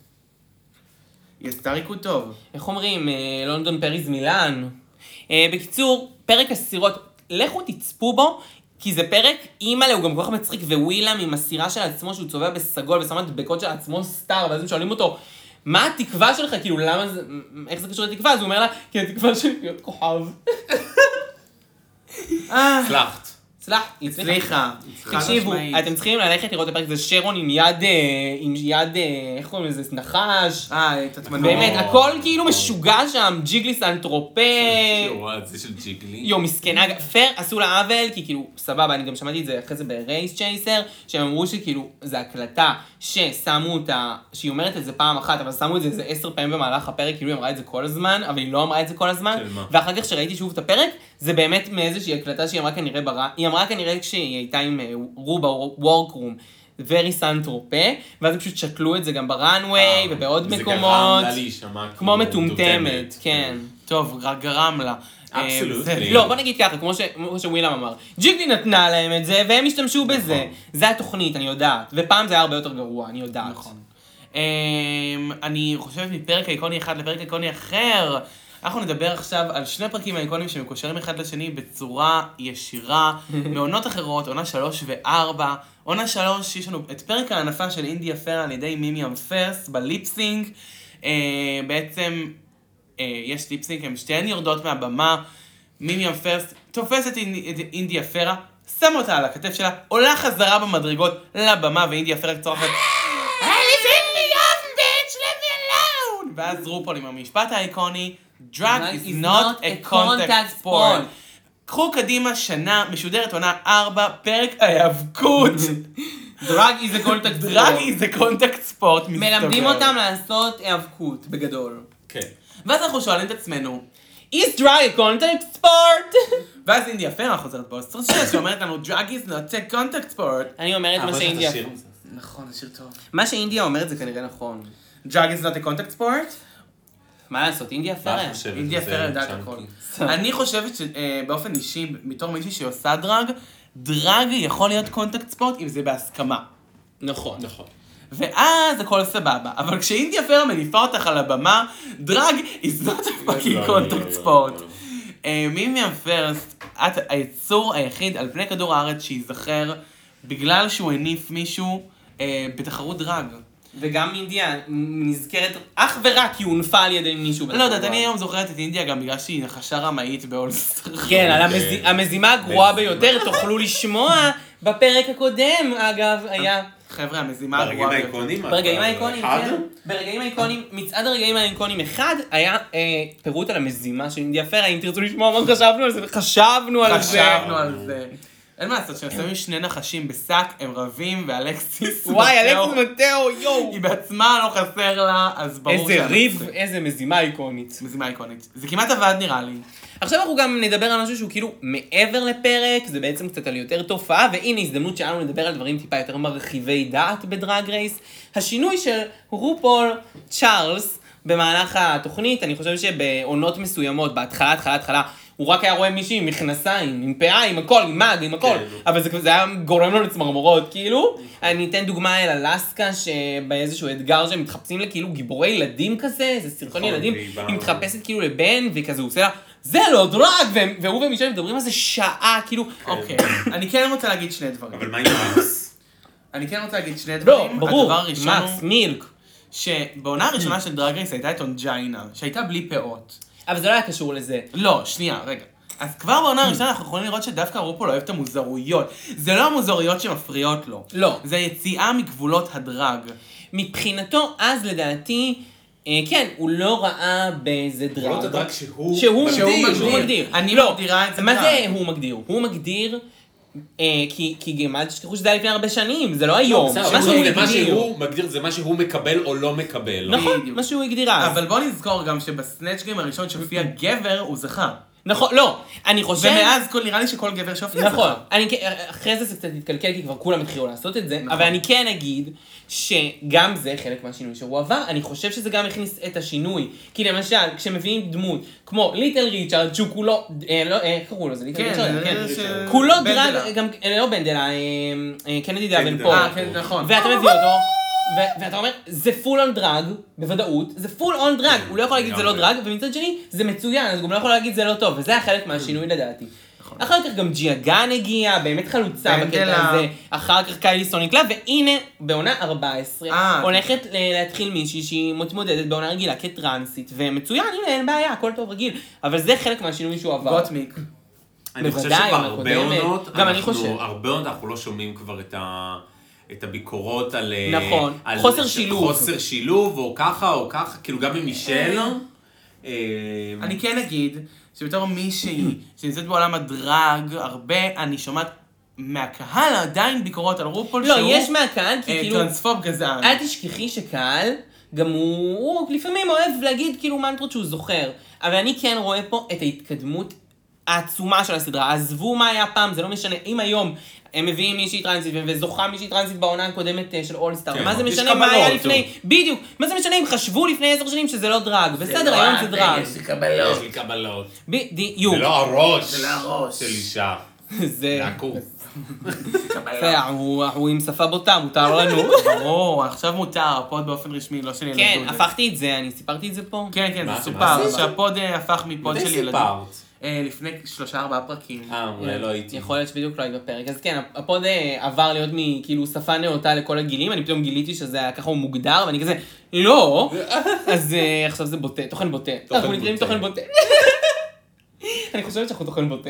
היא עשתה ריקוד טוב.
איך אומרים? לונדון פריז מילאן. בקיצור, פרק הסירות, לכו תצפו בו, כי זה פרק, אימא'לה, הוא גם כל כך מצחיק, ווילם עם הסירה של עצמו שהוא צובע בסגול ושם מדבקות של עצמו סטאר, ואז הם שואלים אותו, מה התקווה שלך? כאילו, למה זה, איך זה קשור לתקווה? אז הוא אומר לה, כי התקווה שלי להיות כוכב.
הצלחת.
הצליחה.
תקשיבו, אתם צריכים ללכת לראות את הפרק, זה שרון עם יד, איך קוראים לזה, נחש.
תתמנו.
באמת, הכל כאילו משוגע שם, ג'יגליס אנטרופה.
זה של ג'יגלי.
יו, מסכנה, פייר, עשו לה עוול, כי כאילו, סבבה, אני גם שמעתי את זה אחרי זה ברייס צ'ייסר, שהם אמרו שכאילו, זו הקלטה ששמו אותה, שהיא אומרת את זה פעם אחת, אבל שמו את זה איזה 10 פעמים במהלך הפרק, כאילו היא אמרה את זה כל הזמן, אבל היא לא אמרה את זה כל הזמן, ואחר כך שראיתי שוב את הפרק, זה באמת מאיזושהי הקלטה שהיא אמרה כנראה היא אמרה כנראה כשהיא הייתה עם רובה וורקרום, ורי סנטרופה, ואז הם פשוט שקלו את זה גם בראנוויי ובעוד מקומות, כמו מטומטמת, כן.
טוב, גרם לה.
אבסולוטלי.
לא, בוא נגיד ככה, כמו שווילם אמר, ג'יגלי נתנה להם את זה, והם השתמשו בזה. זה התוכנית, אני יודעת. ופעם זה היה הרבה יותר גרוע, אני יודעת.
נכון. אני חושבת מפרק האיקוני אחד לפרק האיקוני אחר. אנחנו נדבר עכשיו על שני פרקים האיקונים שמקושרים אחד לשני בצורה ישירה, מעונות אחרות, עונה 3 ו-4. עונה 3, יש לנו את פרק ההנפה של אינדיה פרה על ידי מימיאם פרסט בליפסינג. בעצם יש ליפסינג, הן שתיהן יורדות מהבמה. מימיאם פרסט תופסת את אינדיה פרה, שם אותה על הכתף שלה, עולה חזרה במדרגות לבמה, ואינדיה פרה צורחת ואז רופול עם המשפט האיקוני, Drag is not a contact sport. קחו קדימה שנה, משודרת עונה 4, פרק ההיאבקות.
דרג is a contact sport.
Drag is a contact sport.
מלמדים אותם לעשות היאבקות, בגדול.
כן.
ואז אנחנו שואלים את עצמנו,
is drag a contact sport?
ואז אינדיה פרה חוזרת באוסטרס שאומרת לנו, Drag is not a contact sport.
אני אומרת מה שאינדיה...
נכון, זה שיר טוב.
מה שאינדיה אומרת זה כנראה נכון.
Drag is not a contact sport?
מה לעשות, אינדיה פרה.
אינדיה פרה יודעת הכל. אני חושבת שבאופן אישי, בתור מישהי שעושה דרג יכול להיות קונטקט ספורט אם זה בהסכמה.
נכון.
נכון.
ואז הכל סבבה. אבל כשאינדיה פרה מניפה אותך על הבמה, דרג is not a fucking contact sport. מימיאם פרסט, את היצור היחיד על פני כדור הארץ שיזכר בגלל שהוא הניף מישהו בתחרות דרג.
וגם אינדיה נזכרת אך ורק כי היא הונפה על ידי מישהו.
לא יודעת, אני היום זוכרת את אינדיה גם בגלל שהיא נחשה רמאית באולסטר.
כן, על המזימה הגרועה ביותר, תוכלו לשמוע בפרק הקודם, אגב, היה...
חבר'ה, המזימה הגרועה ביותר.
ברגעים האיקונים, כן. ברגעים האיקונים, מצעד הרגעים האיקונים אחד, היה פירוט על המזימה של אינדיה פרה, אם תרצו לשמוע מה חשבנו על זה, וחשבנו על זה.
חשבנו על זה. אין מה לעשות, כששמים שני נחשים בשק, הם רבים, ואלקסיס
וואי, אלקסיס מטאו, יואו.
היא בעצמה לא חסר לה, אז ברור
איזה ריב, איזה מזימה איקונית.
מזימה איקונית. זה כמעט עבד נראה לי.
עכשיו אנחנו גם נדבר על משהו שהוא כאילו מעבר לפרק, זה בעצם קצת על יותר תופעה, והנה הזדמנות שלנו לדבר על דברים טיפה יותר מרחיבי דעת בדרג רייס. השינוי של רופול צ'ארלס במהלך התוכנית, אני חושב שבעונות מסוימות, בהתחלה, הוא רק היה רואה מישהי עם מכנסיים, עם פאה, עם הכל, עם מג, עם הכל, אבל זה היה גורם לו לצמרמורות, כאילו. אני אתן דוגמה אל אלסקה, שבאיזשהו אתגר שהם מתחפשים לכאילו גיבורי ילדים כזה, זה סרטון ילדים, היא מתחפשת כאילו לבן, וכזה הוא עושה לה, זה לא דרג, והוא ומישהו מדברים על זה שעה, כאילו.
אוקיי, אני כן רוצה להגיד שני דברים.
אבל מה עם מקס?
אני כן רוצה להגיד שני דברים.
לא, ברור,
הדבר הראשון
מקס, מילק.
שבעונה הראשונה של דרג רייס הייתה את אונג'יינה, שהייתה בלי פאות.
אבל זה לא היה קשור לזה.
לא, שנייה, רגע. אז כבר בעונה הראשונה אנחנו יכולים לראות שדווקא רופול אוהב את המוזרויות. זה לא המוזרויות שמפריעות לו.
לא.
זה יציאה מגבולות הדרג.
מבחינתו, אז לדעתי, כן, הוא לא ראה באיזה דרג.
גבולות הדרג שהוא
מגדיר.
אני
לא,
מגדירה את זה
מה
דרג.
זה הוא מגדיר? הוא מגדיר, כי גם אל תשכחו שזה היה לפני הרבה שנים, זה לא היום.
מה שהוא מגדיר זה מה שהוא מקבל או לא מקבל.
נכון, מה שהוא הגדיר אז.
אבל בוא נזכור גם שבסנאצ' גיים הראשון שהופיע גבר הוא זכה.
נכון, לא, אני חושב...
ומאז נראה לי שכל גבר שהופיע זכה.
נכון, אחרי זה קצת התקלקל כי כבר כולם התחילו לעשות את זה, אבל אני כן אגיד שגם זה חלק מהשינוי שהוא עבר, אני חושב שזה גם הכניס את השינוי, כי למשל, כשמביאים דמות כמו ליטל ריצ'רד, שהוא כולו, איך קראו לו? זה ליטל ריצ'רד? כן, כולו דרג, גם, לא בנדלה, קנדי דאבנפורט,
נכון.
ואתה מביא אותו, ואתה אומר, זה פול און דרג, בוודאות, זה פול און דרג, הוא לא יכול להגיד זה לא דרג, ומצד שני, זה מצוין, אז הוא גם לא יכול להגיד זה לא טוב, וזה החלק מהשינוי לדעתי. אחר כך גם ג'יאגן הגיע, באמת חלוצה בקטע הזה, אחר כך קיילי סוניק לה, והנה, בעונה 14, הולכת להתחיל מישהי שהיא מתמודדת בעונה רגילה כטרנסית, ומצוין, הנה, אין בעיה, הכל טוב רגיל, אבל זה חלק מהשינוי שהוא עבר.
גוטמיק.
אני חושב
בוודאי,
שבהרבה עונות,
גם אני חושב.
הרבה עונות אנחנו לא שומעים כבר את הביקורות על...
נכון,
על
חוסר שילוב.
חוסר שילוב, או ככה, כאילו גם עם מישל.
אני כן אגיד, שבתור מישהי שנמצאת בעולם הדרג, הרבה אני שומעת מהקהל עדיין ביקורות על רופול
לא, יש מהקהל, כי כאילו...
טרנספוב גזען.
אל תשכחי שקהל, גם הוא לפעמים אוהב להגיד כאילו מנטרות שהוא זוכר. אבל אני כן רואה פה את ההתקדמות העצומה של הסדרה. עזבו מה היה פעם, זה לא משנה. אם היום הם מביאים מישהי טרנסית וזוכה מישהי טרנסית בעונה הקודמת של אולסטאר,
כן,
מה זה
יש
משנה מה היה
קבלות,
לפני? בדיוק. מה זה משנה אם חשבו לפני 10 שנים שזה לא דרג? בסדר, היום זה דרג.
יש לי קבלות.
יש לי קבלות.
בדיוק.
זה לא הראש.
זה לא הראש.
של אישה.
זה...
זה הקוף.
הוא עם שפה בוטה, מותר לנו.
ברור, עכשיו מותר, הפוד באופן רשמי, לא של ילדות.
כן, הפכתי את זה, אני סיפרתי את זה פה.
כן, כן,
מה
זה
מה
סופר,
עשית?
שהפוד הפך מפוד
מתי
של ילדים.
סיפרת?
לפני 3-4 פרקים.
אולי לא הייתי.
יכול להיות שבדיוק לא היית בפרק. אז כן, הפוד עבר להיות מכאילו שפה נאותה לכל הגילים, אני פתאום גיליתי שזה היה ככה הוא מוגדר, ואני כזה, לא! אז עכשיו זה בוטה, תוכן בוטה. אנחנו נקראים
בוטה.
תוכן בוטה. אני חושבת שאנחנו תוכן בוטה.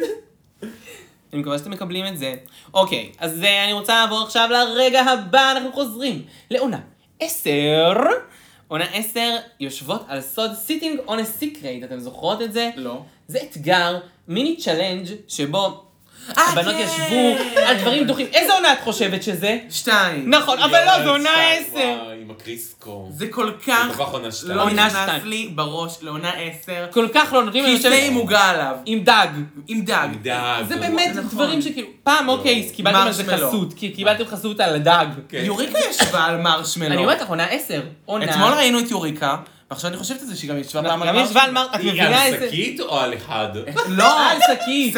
אני מקווה שאתם מקבלים את זה. אוקיי, אז אני רוצה לעבור עכשיו לרגע הבא, אנחנו חוזרים לעונה 10. עונה 10 יושבות על סוד Sitting on a Secret, אתם זוכרות את זה?
לא.
זה אתגר, מיני צ'לנג' שבו הבנות
כן.
ישבו על דברים דוחים. איזה עונה את חושבת שזה?
2.
נכון, אבל לא, זה עונה 10.
וואי, עם הקריסקו.
זה כל כך
זה כל כך עונה 2.
לא
עונה
נכנס
2.
לי בראש לעונה 10.
כל כך לא נותנים לי
כי זה
לשבת
עם עוגה עליו.
עם דג.
עם דג.
דג.
זה באמת
נכון.
דברים שכאילו, פעם אוקיי, קיבלתם על זה
מרשמלו.
חסות, כי קיבלתם חסות על הדג.
כן.
יוריקה ישבה על מרשמלו.
אני אומרת לך, עונה 10.
אתמול ראינו את יוריקה, ועכשיו אני חושבת על זה שהיא גם ישבה פעם על
גם ישבה על את
היא
מבינה
על
איזה...
שקית או על אחד?
לא,
על שקית.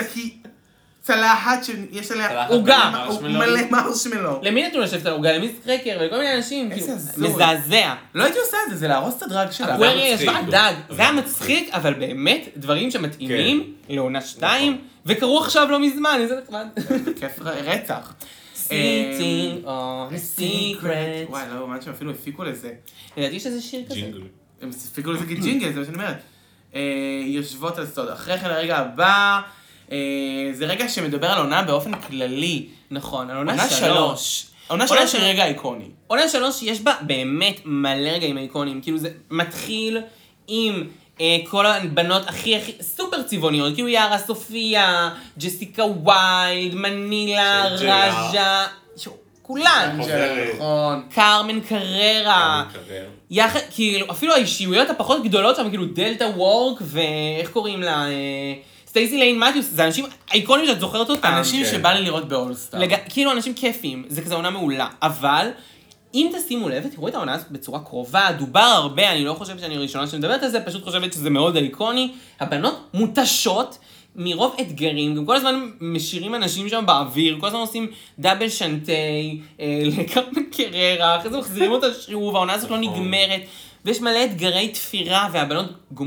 צלחת שיש עליה
צלחת
עוגה.
מלא מרשמלו.
למי נתנו לשבת על עוגה? למיס קרקר ולכל מיני אנשים,
איזה
כאילו,
הזוי.
מזעזע.
לא הייתי עושה את זה, זה להרוס את הדרג שלה.
אקווריה
מצחיק,
ישבה על
לא.
דג,
זה
זה היה
היה
מצחיק, אבל באמת דברים שמתאימים לעונה 2,
נכון.
וקרו עכשיו לא מזמן, איזה נחמד.
כיף רצח.
Sitting on a secret.
וואי, לא, מה שהם אפילו הפיקו לזה.
ידעתי שזה שיר כזה.
ג'ינגל.
הם הפיקו לזה כג'ינגל, זה מה שאני אומרת. יושבות על סוד. אחרי כן הרגע הבא, זה רגע שמדבר על עונה באופן כללי.
נכון, על
עונה
עונה
3. עונה 3 היא רגע איקוני.
עונה 3 יש בה באמת מלא רגעים איקונים, כאילו זה מתחיל עם כל הבנות הכי סופר צבעוניות, כאילו יארה סופיה, ג'סיקה ויילד, מנילה,
ג'יה.
רג'ה, כולן.
חוברת.
נכון.
קרמן קררה.
מקרר.
יחד, כאילו, אפילו האישיויות הפחות גדולות שם, כאילו דלטה וורק, ואיך קוראים לה? סטייסי ליין מתיוס, זה אנשים איקונים שאת זוכרת אותם.
אנשים
כן.
שבא לי לראות באולסטאר.
כאילו אנשים כיפים, זה כזה עונה מעולה, אבל אם תשימו לב ותראו את העונה הזאת בצורה קרובה, דובר הרבה, אני לא חושבת שאני הראשונה שמדברת על זה, פשוט חושבת שזה מאוד איקוני, הבנות מותשות מרוב אתגרים, גם כל הזמן משאירים אנשים שם באוויר, כל הזמן עושים דאבל שנטי, לקרמן קררה, אחרי זה מחזירים אותה שוב, העונה הזאת לא נגמרת, ויש מלא אתגרי תפירה, והבנות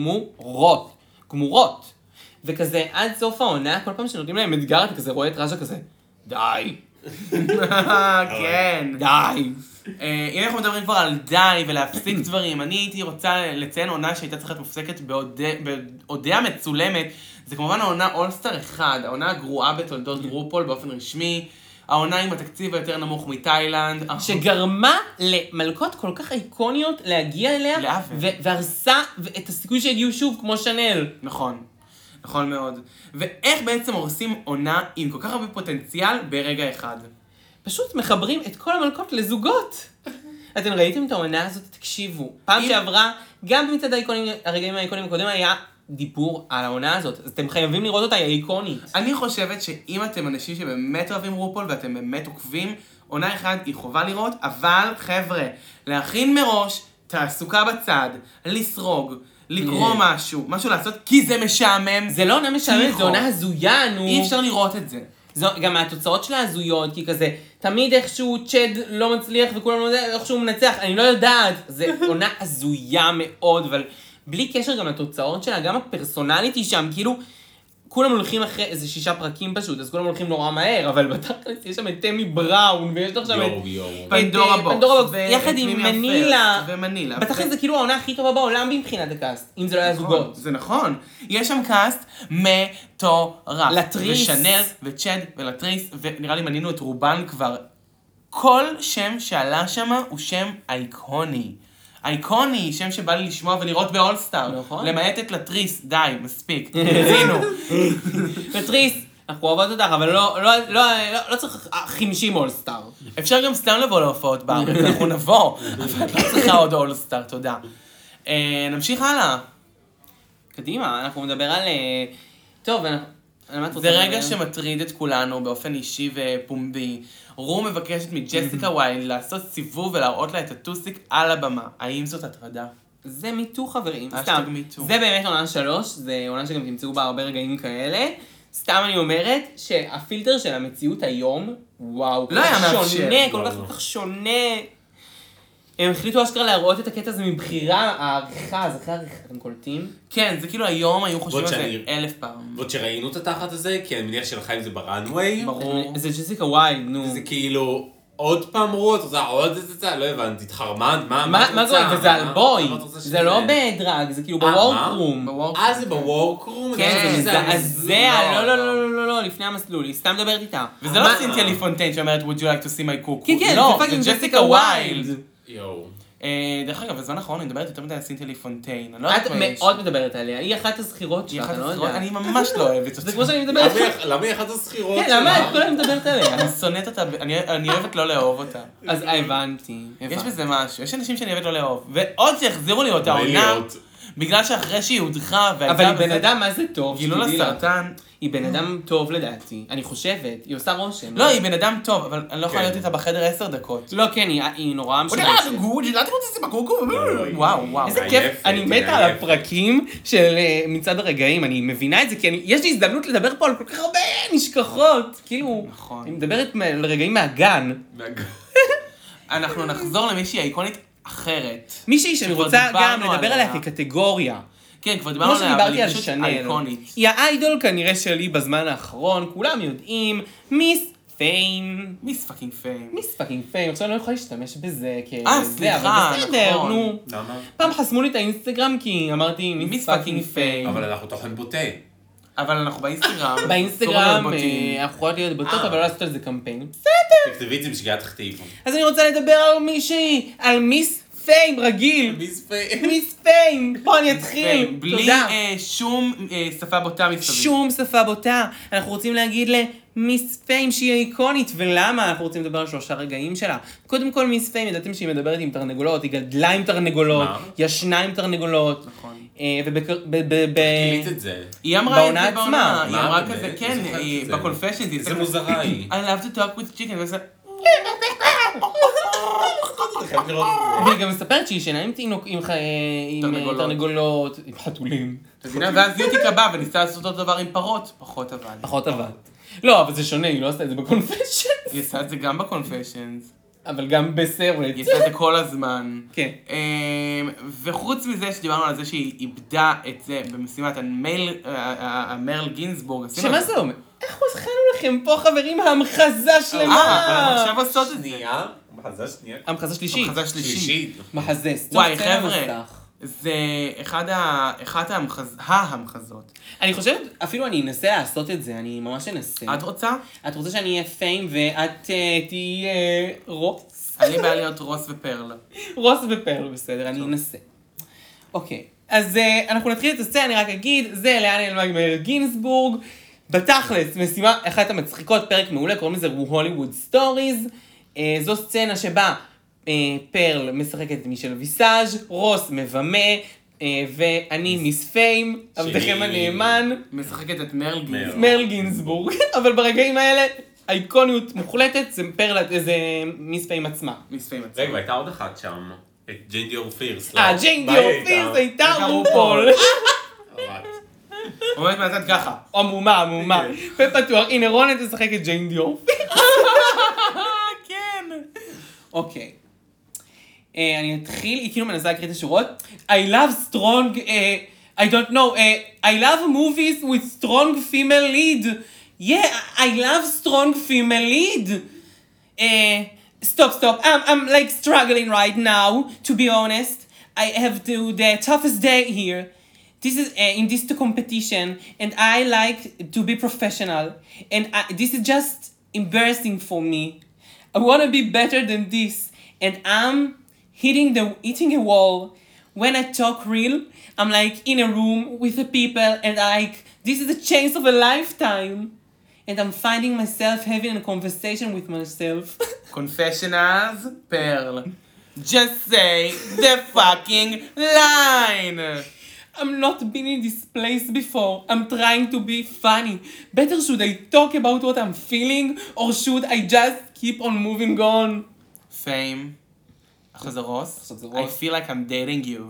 גמורות. וכזה, עד סוף העונה, כל פעם שנותנים להם אתגר, אתה כזה רואה את רז'ה כזה, די,
כן.
די.
אם אנחנו מדברים כבר על די ולהפסיק דברים, אני הייתי רוצה לציין עונה שהייתה צריכה להיות מופסקת בעודיה מצולמת. זה כמובן העונה אולסטאר 1, העונה הגרועה בתולדות רופול באופן רשמי, העונה עם התקציב היותר נמוך מתאילנד.
שגרמה למלכות כל כך איקוניות להגיע אליה,
לעוול.
והרסה את הסיכוי שהגיעו שוב, כמו שנל.
נכון, נכון מאוד. ואיך בעצם הורסים עונה עם כל כך הרבה פוטנציאל ברגע אחד?
פשוט מחברים את כל המלכות לזוגות. אתם ראיתם את העונה הזאת? תקשיבו. פעם
אם-
שעברה, גם במצד הרגעים האיקונים הקודם היה דיבור על העונה הזאת. אז אתם חייבים לראות אותה, היא איקונית.
אני חושבת שאם אתם אנשים שבאמת אוהבים רופול ואתם באמת עוקבים, עונה אחת היא חובה לראות, אבל חבר'ה, להכין מראש, תעסוקה בצד, לסרוג, לקרוא משהו לעשות, כי זה משעמם.
זה לא עונה משעממת,
תיכו.
זה עונה הזויה, נו.
אי אפשר לראות את זה.
זו, גם מהתוצאות שלה הזויות, כי כזה, תמיד איכשהו צ'ד לא מצליח וכולם לא יודעים איכשהו מנצח, אני לא יודעת. זה עונה הזויה מאוד, אבל בלי קשר גם לתוצאות שלה, גם הפרסונליטי שם, כאילו, כולם הולכים אחרי איזה 6 פרקים פשוט, אז כולם הולכים נורא מהר, אבל בתכלס יש שם את תמי בראון, ויש לך שם את...
פנדורה בוקס.
יחד עם מנילה.
ומנילה.
בתכלס זה כאילו העונה הכי טובה בעולם מבחינת הקאסט, אם זה לא היה זוגות.
זה נכון. יש שם קאסט מטורף.
לטריס.
ושנל, וצ'ד, ולטריס, ונראה לי מנינו את רובן כבר. כל שם שעלה שם הוא שם אייקוני. אייקוני, שם שבא לי לשמוע ולראות באולסטאר.
נכון.
למעט את לטריס, די, מספיק. תבינו.
לטריס, אנחנו אוהבות אותך, אבל לא צריך 50 אולסטאר.
אפשר גם סתם לבוא להופעות בארץ, אנחנו נבוא. אבל לא צריכה עוד אולסטאר, תודה. נמשיך הלאה.
קדימה, אנחנו נדבר על... טוב,
זה רגע שמטריד את כולנו באופן אישי ופומבי. רו מבקשת מג'סיקה ויילד לעשות סיבוב ולהראות לה את הטוסיק על הבמה. האם זאת הטרדה?
זה מיטו חברים,
השטג
סתם.
מיטו.
זה באמת עונה 3, זה עונה שגם תמצאו בה הרבה רגעים כאלה. סתם אני אומרת שהפילטר של המציאות היום, וואו, כל
לא היה
כך
מאפשר.
שונה, כל כך שונה. הם החליטו אשכרה להראות את הקטע הזה מבחירה, העריכה, אז אחרי העריכה, אתם קולטים?
כן, זה כאילו היום היו חושבים על זה
שאני-
1000 פעם.
ועוד שראינו את התחת הזה, כי אני מניח שלך אם זה ברנוויי.
ברור.
זה ג'סיקה ויילד, נו.
זה כאילו, עוד פעם רו, את רוצה עוד זה, לא הבנתי, התחרמנת, מה את
מה
רוצה?
קורה? וזה על בוי,
מה את רוצה
זה
שזה?
לא בדרג, זה כאילו
מה?
בוורקרום.
זה בוורקרום?
כן, זה
על
מזעזע, לא, לפני המסלול, היא סתם מדברת איתה.
וזה לא סינתיה ליפונטיין שאומרת, would you like to see my cook?
כן, כן,
לא,
זה פאקינג
זה
ג'סיקה ויילד.
יואו.
דרך אגב, בזמן האחרון אני מדברת יותר מדי על סינתיה ליפונטיין. אני לא יודעת
את
מה יש.
מאוד מדברת עליה, היא אחת הזכירות
היא
שלך,
אחת
אני לא
הזכירות,
יודע.
אני ממש לא אוהבת אותה.
זה כמו שאני מדברת.
למה היא אחת הזכירות
כן, למה את כולם מדברת עליה?
אני שונאת אותה, אני אוהבת לא לאהוב אותה.
אז הבנתי.
יש בזה משהו, יש אנשים שאני אוהבת לא לאהוב. ועוד שהחזירו לי אותה
לא
עונה,
להיות.
בגלל שאחרי שהיא הודחה והייתה...
אבל היא בן
בזה-
אדם, מה זה טוב?
גילו לה
שתדעי לך.
סרטן.
היא בן אדם טוב לדעתי, אני חושבת, היא עושה רושם.
לא, היא בן אדם טוב, אבל אני לא יכולה
כן.
להיות איתה בחדר 10 דקות.
לא, כן, היא נורא משמעותית.
וואו.
איזה
היא
כיף,
עייפת,
אני
היא
מתה על
עייפת.
הפרקים של מצעד הרגעים, אני מבינה את זה, כי יש לי הזדמנות לדבר פה על כל כך הרבה נשכחות, כאילו,
נכון.
אני מדברת על רגעים מהגן.
אנחנו נחזור למישהי איקונית אחרת.
מישהי שאני
שכבר
רוצה גם
דיברנו
לדבר
עליה.
עליה כקטגוריה.
כן, כבר דיברנו
כמו
עליה, אבל
שדיברתי
היא
על
פשוט
שנל.
איקונית.
היא האיידול כנראה שלי בזמן האחרון, כולם יודעים, מיס פיים.
מיס פאקינג פיים.
מיס פאקינג פיים, עכשיו אני לא יכולה להשתמש בזה
סליחה,
אבל בסדר,
נכון.
נו.
למה?
פעם חסמו לי את האינסטגרם כי אמרתי מיס
מיס
פאקינג
fucking
פיים.
אבל אנחנו תוכן בוטה.
אבל אנחנו באינסטגרם.
באינסטגרם
בוטים.
אנחנו יכולות להיות בוטות, אבל לא לעשות על זה קמפיין.
תכתבי את זה בשגיאת תכתיב.
אז אני רוצה לדבר על מישהי, על מיס פיים רגיל.
מיס פיי.
מיס פיים. פה אני אתחיל.
בלי
תודה.
שום שפה בוטה מסביב.
שום שפה בוטה. אנחנו רוצים להגיד למיס פיים שהיא איקונית, ולמה אנחנו רוצים לדבר על 3 רגעים שלה. קודם כל מיס פיים, ידעתם שהיא מדברת עם תרנגולות, היא גדלה עם תרנגולות,
מה?
ישנה עם תרנגולות.
נכון.
גילית את זה.
היא אמרה את
בעונה
זה בעונה.
עצמה.
היא
מה,
אמרה
באמת?
כזה,
אני
כן,
זוכרת
היא
את זה.
בקונפשנס. היא
איזה
עושה כזה,
מוזרה היא.
I love to talk with chicken. וזה...
והיא גם מספרת שהיא ישנה עם תינוק, עם
תרנגולות.
תרנגולות, עם חתולים.
אתה מבינה? ואז יוטיקה בא וניסה לעשות אותו דבר עם פרות. פחות אבל.
פחות עבד. לא, אבל זה שונה, היא לא עשתה את זה בקונפשן,
היא עושה את זה גם בקונפשנס.
אבל גם בסרט.
היא עושה את זה כל הזמן.
כן.
וחוץ מזה שדיברנו על זה שהיא איבדה את זה במשימת המרל גינסבורג.
שמה זה אומר? איך הכנו לכם פה חברים המחזה שלמה?
אנחנו עכשיו עושות את זה.
שנייה. מחזה שנייה.
המחזה שלישית.
המחזה שלישית.
שלישית.
מחזה.
וואי,
סצנה
חבר'ה.
מסך.
זה אחת המחזות.
אני חושבת, אפילו אני אנסה לעשות את זה, אני ממש אנסה.
את רוצה?
את רוצה שאני אהיה פיים ואת תהיי רוס?
אני בא להיות רוס ופרל.
רוס ופרל, בסדר, אני אנסה. אוקיי, אז אנחנו נתחיל את הסצנה, אני רק אגיד, זה לאן נעלמה מרל גינסבורג. בתכלס, משימה אחת המצחיקות, פרק מעולה, קוראים לזה הוליווד סטוריז. זו סצנה שבה פרל משחקת את מישל ויסאז', רוס מבמה, ואני מיס פיים, עבדכם הנאמן,
משחקת את מרל גינסבורג.
מרל גינסבורג. אבל ברגעים האלה, האיקוניות מוחלטת, זה פרל, זה מיס פיים עצמה.
מיס פיים עצמה.
רגע, הייתה עוד אחת שם. את ג'יין דיור פירס.
ג'יין דיור פירס הייתה
הייתה
רופול.
עומדת מהצד ככה.
עמומה. ופתוח, הנה רונן תשחק את ג'יין דיור פירס.
כן.
אוקיי. אני אתחיל, היא כאילו מנסה להקריא את השורות. I love strong I don't know. I love movies with strong female lead. Yeah, I love strong female lead. Stop. I'm like struggling right now, to be honest. I have the toughest day here. This is in this competition, and I like to be professional. And this is just embarrassing for me. I want to be better than this. And I'm hitting a wall. When I talk real, I'm like in a room with the people, and like, this is a chance of a lifetime. And I'm finding myself having a conversation with myself.
Confessionals, Pearl. Just say the fucking line.
I'm not been in this place before. I'm trying to be funny. Better should I talk about what I'm feeling, or should I just keep on moving on?
Fame. חזרוס. I feel like I'm dating you.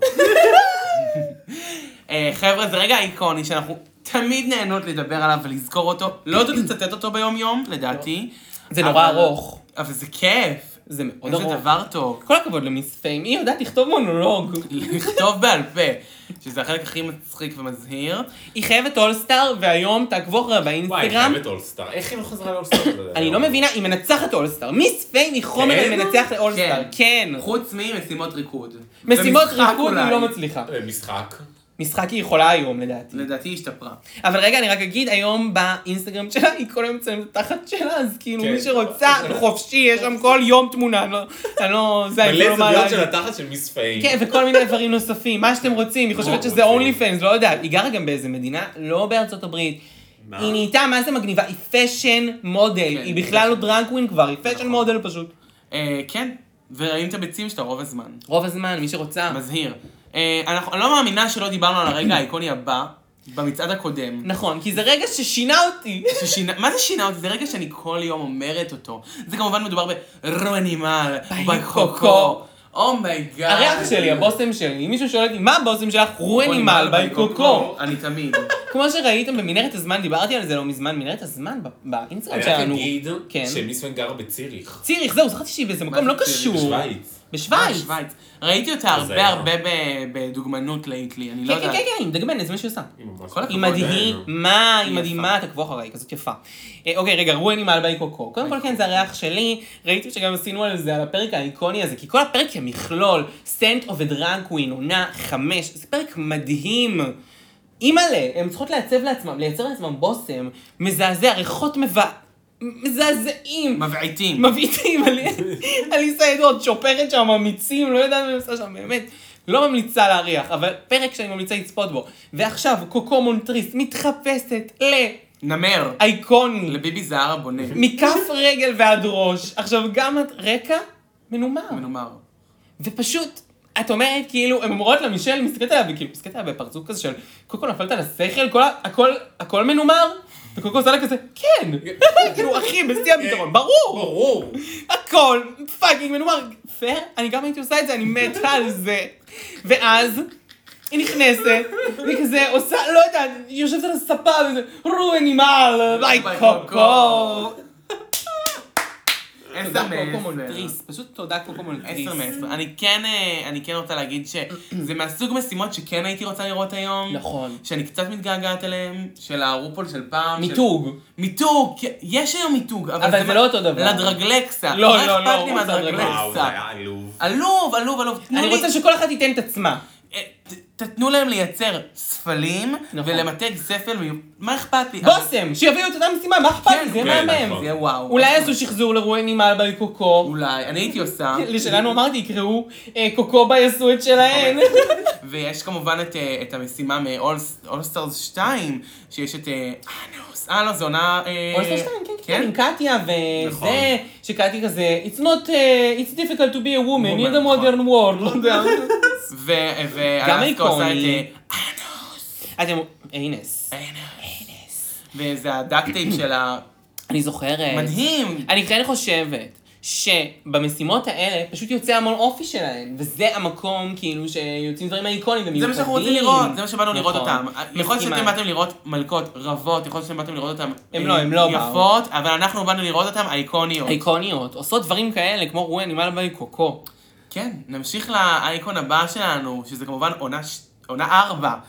חבר'ה, זה רגע איקוני שאנחנו תמיד נהנות לדבר עליו ולזכור אותו. לא יודעת לצטט אותו ביום יום, לדעתי.
זה נורא ארוך.
אבל זה כיף.
זה מאוד ארוך.
איזה דבר טוב.
כל הכבוד למיס פיים, היא יודעת לכתוב מונולוג.
לכתוב בעל פה, שזה החלק הכי מצחיק ומזהיר.
היא חייבת אולסטאר, והיום תעקבו אחריה
וואי,
באינסטגרם.
חייבת אולסטאר. איך היא לא חזרה לאולסטאר?
אני לא מבינה, היא מנצחת אולסטאר. מיס פיים היא חומר מנצח לאולסטאר, כן.
חוץ ממשימות ריקוד.
משימות
ומשחק
ריקוד
אולי.
היא לא מצליחה.
משחק.
משחק היא יכולה היום, לדעתי.
לדעתי היא השתפרה.
אבל רגע, אני רק אגיד, היום באינסטגרם שלה, היא כל היום מצלמת את התחת שלה, אז כאילו,
כן.
מי שרוצה, חופשי, יש שם כל יום תמונה, אני לא, זה אני
מלא
לא מה
זוויות של
להגיד.
התחת של מיס פיין.
כן, וכל מיני דברים נוספים, מה שאתם רוצים, היא חושבת שזה אונלי פנס, לא יודעת, היא גרה גם באיזה מדינה, לא בארצות הברית.
מה?
היא נהייתה, מה זה מגניבה? היא פשן מודל, היא בכלל לא דרנקווין כבר, היא פשן מודל פשוט.
כן, וראים את הביצים שלה רוב הזמן.
רוב הזמן, מי שרוצה.
מזהיר. אני לא מאמינה שלא דיברנו על הרגע האיקוני הבא, במצעד הקודם.
נכון, כי זה רגע ששינה אותי.
מה זה שינה אותי? זה רגע שאני כל יום אומרת אותו. זה כמובן מדובר ברואנימל, בקוקו. אומייגאד.
הריח שלי, הבושם שלי, אם מישהו שואל אותי, מה הבושם שלך? רואנימל בקוקו.
אני תמיד.
כמו שראיתם במנהרת הזמן, דיברתי על זה לא מזמן, מנהרת הזמן באינסטגרם
אני רק
שלנו.
אגיד
כן.
שמיס פיין גרה בציריך.
ציריך, זהו, זכרתי שהיא באיזה מקום
מה
לא
זה ציריך?
קשור.
בשוויץ.
בשוויץ.
שוויץ. ראיתי אותה הרבה בדוגמנות לעיתלי, אני לא
כן, כן,
יודעת.
כן, היא מדגמנת, זה מה שהיא עושה.
היא ממש
כל
היא
הכבוד,
מדהימה, היא
יפה.
מדהימה, תעקבו אחריי, כזאת יפה. אוקיי, רגע, רואנימל בקוקו. קודם כל כן, זה הריח שלי. ראיתי שגם עשינו על זה, על הפרק האיקוני הזה, כי כל הפרק כמכלול, סטנט אוף דרנק ווין, עונה 5, זה פרק מדהים. אימא'לה, הם צריכות לייצר לעצמם בושם, מזעזע, ריחות מזעזעים. מבעיטים, אליסה אדוארד שופרת שם אמיצים, לא יודעת מה היא עושה שם, באמת. לא ממליצה להריח, אבל פרק שאני ממליצה לצפות בו. ועכשיו, קוקו מונטריס מתחפשת
נמר.
לאייקוני,
לביבי זהר הבונה.
מכף רגל ועד ראש. עכשיו, גם רקע מנומר. ופשוט, את אומרת, כאילו, הן אומרות לה, מישל, מסתכלת עליה, וכאילו, מסתכלת עליה בפרצוף כזה של, קוקו נפלת על השכל, הכל מנומר, וקוקו עושה לה כזה, כן, כאילו, אחי, בשיא הפתרון, ברור, הכל פאקינג מנומר, פייר, אני גם הייתי עושה את זה, אני מתה על זה, ואז, היא נכנסת, והיא כזה עושה, לא יודעת, היא יושבת על הספה, וזה, רואנימל, ביי קוקו.
10
תודה קוקו
מ-10.
מונטריס, פשוט תודה קוקו מונטריס.
10 מ-10. אני כן רוצה להגיד שזה מהסוג משימות שכן הייתי רוצה לראות היום.
נכון.
שאני קצת מתגעגעת אליהם, של הרופול של פעם.
מיתוג.
יש היום מיתוג.
אבל זה לא אותו דבר.
לדרגלקסה.
לא,
מה אכפת לי
רוצה
מהדרגלקסה?
וואו, זה היה עלוב.
עלוב.
אני רוצה שכל אחד ייתן את עצמה.
תתנו להם לייצר ספלים
נכון.
ולמתג ספל, מה אכפת לי?
בושם, שיביאו את אותה משימה, מה אכפת לי? זה יהיה
כן,
מהמם.
נכון.
זה יהיה וואו.
אולי יעשו שחזור לרואנימל בקוקו.
אולי, אני הייתי עושה.
לשלנו אמרתי, יקראו קוקובה יעשו את שלהן.
ויש כמובן את המשימה מ-All Stars 2, שיש את אנוס. לא, זו עונה...
אולסטר 2, כן, עם קטיה וזה, שקטיה כזה, it's difficult to be a woman in the modern world.
ואלסקה עושה את
אתם, אינס.
וזה הדאקטייפ שלה.
אני זוכרת.
מדהים.
אני כן חושבת שבמשימות האלה פשוט יוצא המון אופי שלהן, וזה המקום כאילו שיוצאים דברים האיקונים ומיוחדים.
זה מה שאנחנו רוצים לראות, זה מה שבאנו לראות
נכון.
אותם. יכול להיות שאתם באתם לראות מלכות רבות, יכול להיות שאתם באתם לראות אותם
הם לא
יפות, אבל אנחנו באנו לראות אותם אייקוניות.
אייקוניות, עושות דברים כאלה כמו רואנימל בקוקו.
כן, נמשיך לאייקון הבא שלנו, שזה כמובן עונה 4.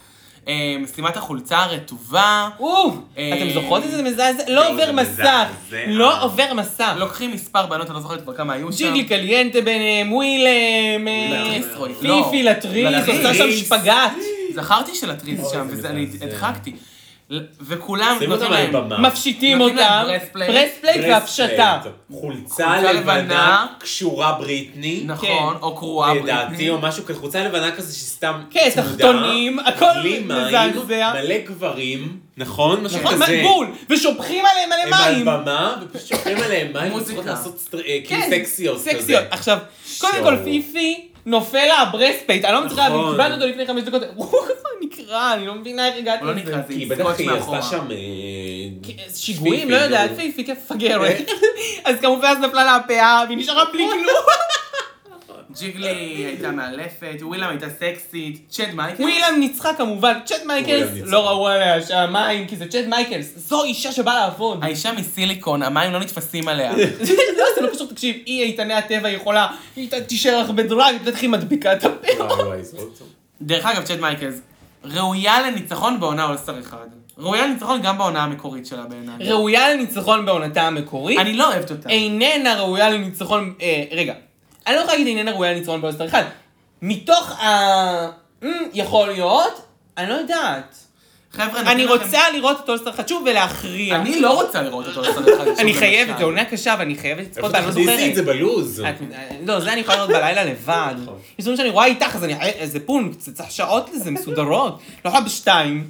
משימת החולצה הרטובה.
אתם זוכרות את זה? זה מזעזע? לא עובר מסך. לא עובר מסך.
לוקחים מספר בנות, אני לא זוכרת כבר כמה היו שם.
ג'יגלי קליינטה ביניהם, ווילם, פיפי לטריס, עושה שם שפגאט.
זכרתי שלטריס שם, ואני הדחקתי. וכולם
שימו אותם על במה.
מפשיטים אותם, ברספלייט והפשטה.
חולצה לבנה קשורה בריטני.
נכון, או קרועה בריטני.
לדעתי, או משהו כזה, חולצה לבנה כזה שסתם
כן, תחתונים, הכל מזעזע.
מלא גברים, נכון? משהו
נכון,
כזה.
בול, ושופכים עליהם מלא מים.
הם על במה, ופשוט שופכים עליהם מים, וצריכות לעשות כאילו סקסיות כזה.
סקסיות. עכשיו, קודם כל פיפי נופל לה הברספלייט, אני לא מצליחה, קיבלנו אותו לפני 5 דקות, הוא כבר נקרא, אני לא מבינה איך הגעתי לזה.
כי בטח היא עשתה שם...
שיגועים, לא יודעת, פיפי כפגרת. אז כמובן אז נפלה לה הפאה, והיא נשארה בלי כלום.
ג'יגלי הייתה מאלפת, ווילם הייתה סקסית, צ'אד מייקלס.
ווילם ניצחה כמובן, צ'אד מייקלס לא ראו עליה שהמים, כי זה צ'אד מייקלס, זו אישה שבאה לעבוד.
האישה מסיליקון, המים לא נתפסים עליה.
לא, זה לא קשור, תקשיב, היא איתני הטבע יכולה, היא תישאר לך בדרג, בטח היא מדביקה את הפה.
דרך אגב, צ'אד מייקלס, ראויה לניצחון בעונה אולסטאר אחד. ראויה לניצחון גם בעונה המקורית שלה בעיניי.
ראויה לניצחון בעונתה המקורית.
אני לא אוהבת אותה.
איננה ראויה לניצחון, רגע. אני לא יכולה להגיד איננה ראויה לניצחון באולסטאר אחד. מתוך יכול להיות, אני לא יודעת.
חבר'ה,
אני רוצה לראות את אולסטאר אחד שוב ולהכריע.
אני לא רוצה לראות את אולסטאר אחד.
אני חייבת, זה עונה קשה ואני חייבת לצפות, ואני לא זוכרת.
תכניסי את זה בלוז.
לא, זה אני יכולה לראות בלילה לבד. לפעמים שאני רואה איתך, אז אני, איזה פונקט, צריך שעות לזה, מסודרות. לא יכולה בשתיים.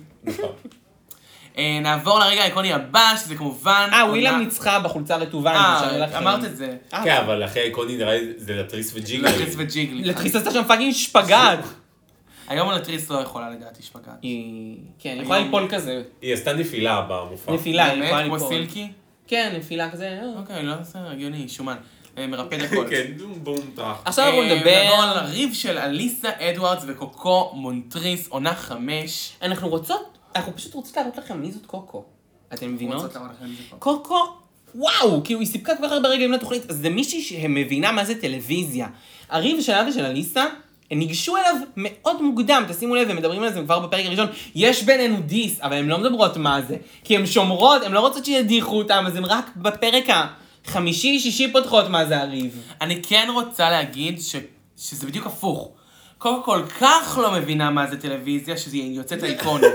נעבור לרגע האיקוני הבא, שזה כמובן...
ווילם ניצחה בחולצה הרטובה.
אמרת את זה.
כן, אבל אחרי האיקוני נראה לי זה לטריס וג'יגלי.
לטריס וג'יגלי.
לטריס עשתה שם פאקינג שפגאט.
היום לטריס לא יכולה לדעתי שפגאט.
כן, היא יכולה ליפול כזה.
היא עשתה נפילה במופע.
נפילה, היא יכולה ליפול.
כמו סילקי?
כן, נפילה כזה.
אוקיי, לא עושה הגיוני, שומן. מרפד הכל.
כן, בום טראח.
עכשיו אנחנו נדבר...
נעבור על הריב של אליסה אדוארדס וקוקו מונטריס, עונה 5.
אנחנו פשוט רוצות להראות לכם מי זאת קוקו. אתם מבינות? קוקו, וואו, כאילו היא סיפקה כבר הרבה רגעים לתוכנית, אז זה מישהי שמבינה מה זה טלוויזיה. הריב שלה ושל אליסה, הם ניגשו אליו מאוד מוקדם, תשימו לב, הם מדברים על זה כבר בפרק הראשון, יש בינינו דיס, אבל הן לא מדברות מה זה, כי הן שומרות, הן לא רוצות שידיחו אותם, אז הן רק בפרק ה5-6 פותחות מה זה הריב.
אני כן רוצה להגיד שזה בדיוק הפוך. קוקו כל כך לא מבינה מה זה טלוויזיה, שזה יוצאת האיקונית.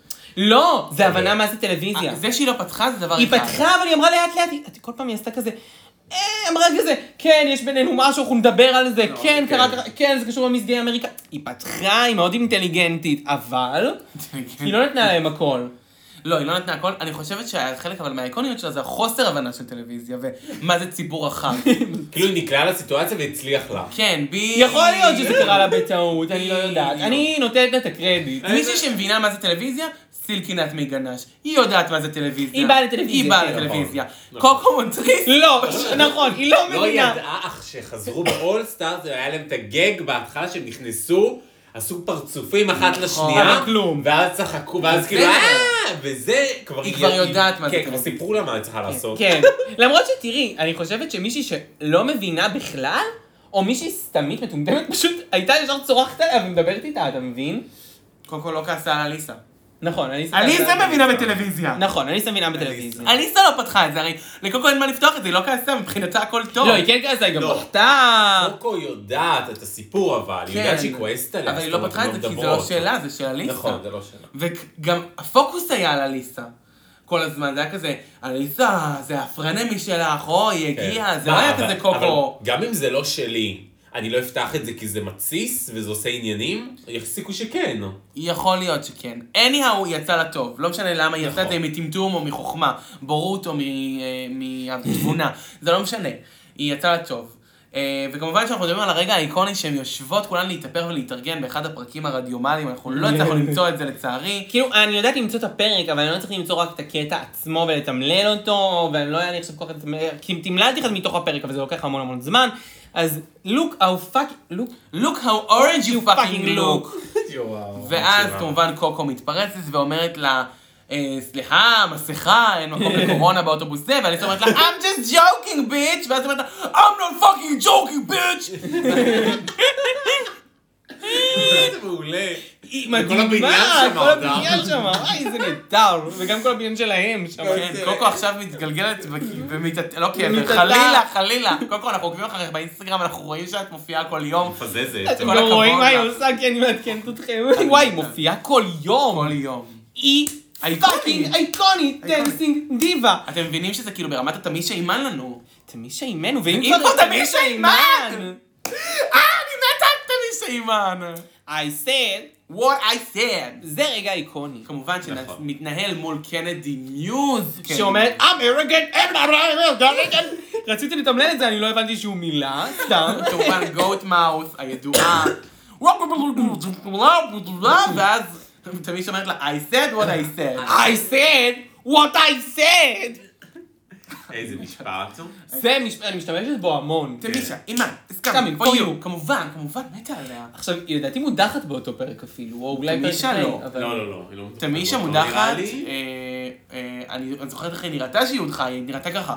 לא, זה הבנה מה זה טלוויזיה.
זה שהיא לא פתחה זה דבר אחד.
היא פתחה, אבל היא אמרה לאט לאט, כל פעם היא עשתה כזה, אמרה כזה, כן, יש בינינו משהו, אנחנו נדבר על זה, כן, כן, זה קשור למסגי אמריקה. היא פתחה, היא מאוד אינטליגנטית, אבל היא לא נתנה להם הכל.
לא, היא לא נתנה הכל. אני חושבת שהחלק אבל מהאיקוניות שלה זה החוסר הבנה של טלוויזיה, ומה זה ציבור רחב.
כאילו היא נקלעה לסיטואציה והצליח לה.
כן,
יכול להיות שזה קרה לה בטעות, אני לא יודעת. אני נותנת את הקרדיט.
מישהי שמבינה מה זה טלוויזיה, סילקינת מגנש. היא יודעת מה זה טלוויזיה.
היא באה לטלוויזיה.
היא באה לטלוויזיה. קוקו מונטריס.
לא, נכון, היא לא מבינה.
לא ידעה אך שחזרו באולסטאר, זה היה להם את הגג בהתחלה שהם נכנסו, עשו פרצופים אחת לשנייה, ואז צחקו, ואז כאילו, וזה כבר...
היא כבר יודעת מה זה
טלוויזיה. כן, כבר סיפרו לה מה היא צריכה לעשות.
כן, למרות שתראי, אני חושבת שמישהי שלא מבינה בכלל, או מישהי סתמית מטומטמת, פשוט הייתה ישר צורחת עליה ומדברת איתה, אתה מבין?
קודם כל לא כעסה על אליסה.
נכון,
אליסה מבינה בטלוויזיה.
נכון, אליסה מבינה בטלוויזיה.
אליסה לא פתחה את זה, הרי לקוקו אין מה לפתוח את זה, היא לא כעסה, מבחינתה הכל טוב.
לא, היא כן כעסה, היא גם בכתה.
קוקו יודעת את הסיפור אבל, היא יודעת שהיא כועסת עליה.
אבל היא לא פתחה את זה כי זה לא שאלה, זה של אליסה.
נכון, זה לא שאלה.
וגם הפוקוס היה על אליסה. כל הזמן, זה היה כזה, אליסה, זה הפרנמי שלך, היא הגיעה, זה לא היה כזה קוקו.
גם אם זה לא שלי, אני לא אפתח את זה כי זה מתסיס וזה עושה עניינים, יחסיקו שכן.
יכול להיות שכן. anyhow הוא יצא לטוב, לא משנה למה היא יצא את זה מטמטום או מחוכמה, בורות או מתבונה, זה לא משנה. היא יצאה לטוב. וכמובן שאנחנו מדברים על הרגע האיקוני שהן יושבות כולן להתאפר ולהתארגן באחד הפרקים הרדיומליים, אנחנו לא הצלחנו למצוא את זה לצערי.
כאילו, אני יודעת למצוא את הפרק, אבל אני לא צריך למצוא רק את הקטע עצמו ולתמלל אותו, ואני לא היה לי עכשיו כל כך... כי תמללתי אחד מתוך הפרק, אבל זה לוקח המון זמן. אז look how orange you fucking look.
ואז כמובן קוקו מתפרצת ואומרת לה, סליחה, מסכה, אין מקום לקורונה באוטובוס זה, ואני אומרת לה, I'm just joking bitch, ואז אומרת לה, I'm not fucking joking bitch.
זה מעולה.
היא
כל הבניין
מדהימה,
שם,
כל
אדם.
הבניין שם, איזה נהדר, וגם כל הבניין שלהם שם.
כן, קוקו עכשיו מתגלגלת לא קבר,
מתעטה.
חלילה. קוקו, אנחנו עוקבים אחריך באינסטגרם, אנחנו רואים שאת מופיעה כל יום.
מפזזת.
אתם
כל
לא רואים
הכבוד
מה היא
לך.
עושה, כי אני מעדכנת אתכם. וואי, היא מופיעה כל יום.
כל יום.
היא פאקינג אייקונית, דנסינג דיבה.
אתם מבינים שזה כאילו ברמת התמישה אימן לנו.
תמישה אימנו, ואם
אם
כבר
כבר תמישה אימן! אני מתה על תמישה אימן!
I said,
What I said!
זה רגע איקוני.
כמובן
נכון.
שמתנהל מול קנדי ניוז.
שאומרת, I'm arrogant, רציתי לתמלל את זה, אני לא הבנתי שהוא מילה, סתם.
כמובן גוט מאוס הידועה. ואז תמיד אומרת לה, I said what I said.
I said what I said.
איזה משפט.
זה אני משתמשת בו המון.
תמישה, אימן,
Coming
הסכמתי,
for you.
כמובן, מתה עליה.
עכשיו, היא לדעתי מודחת באותו פרק אפילו, או אולי פרק
תמישה
אחרי,
לא.
אבל-
לא. היא לא
תמישה
לא
מודחת,
נראה לי.
אני זוכרת איך היא נראתה שהיא הודחה, היא נראתה ככה.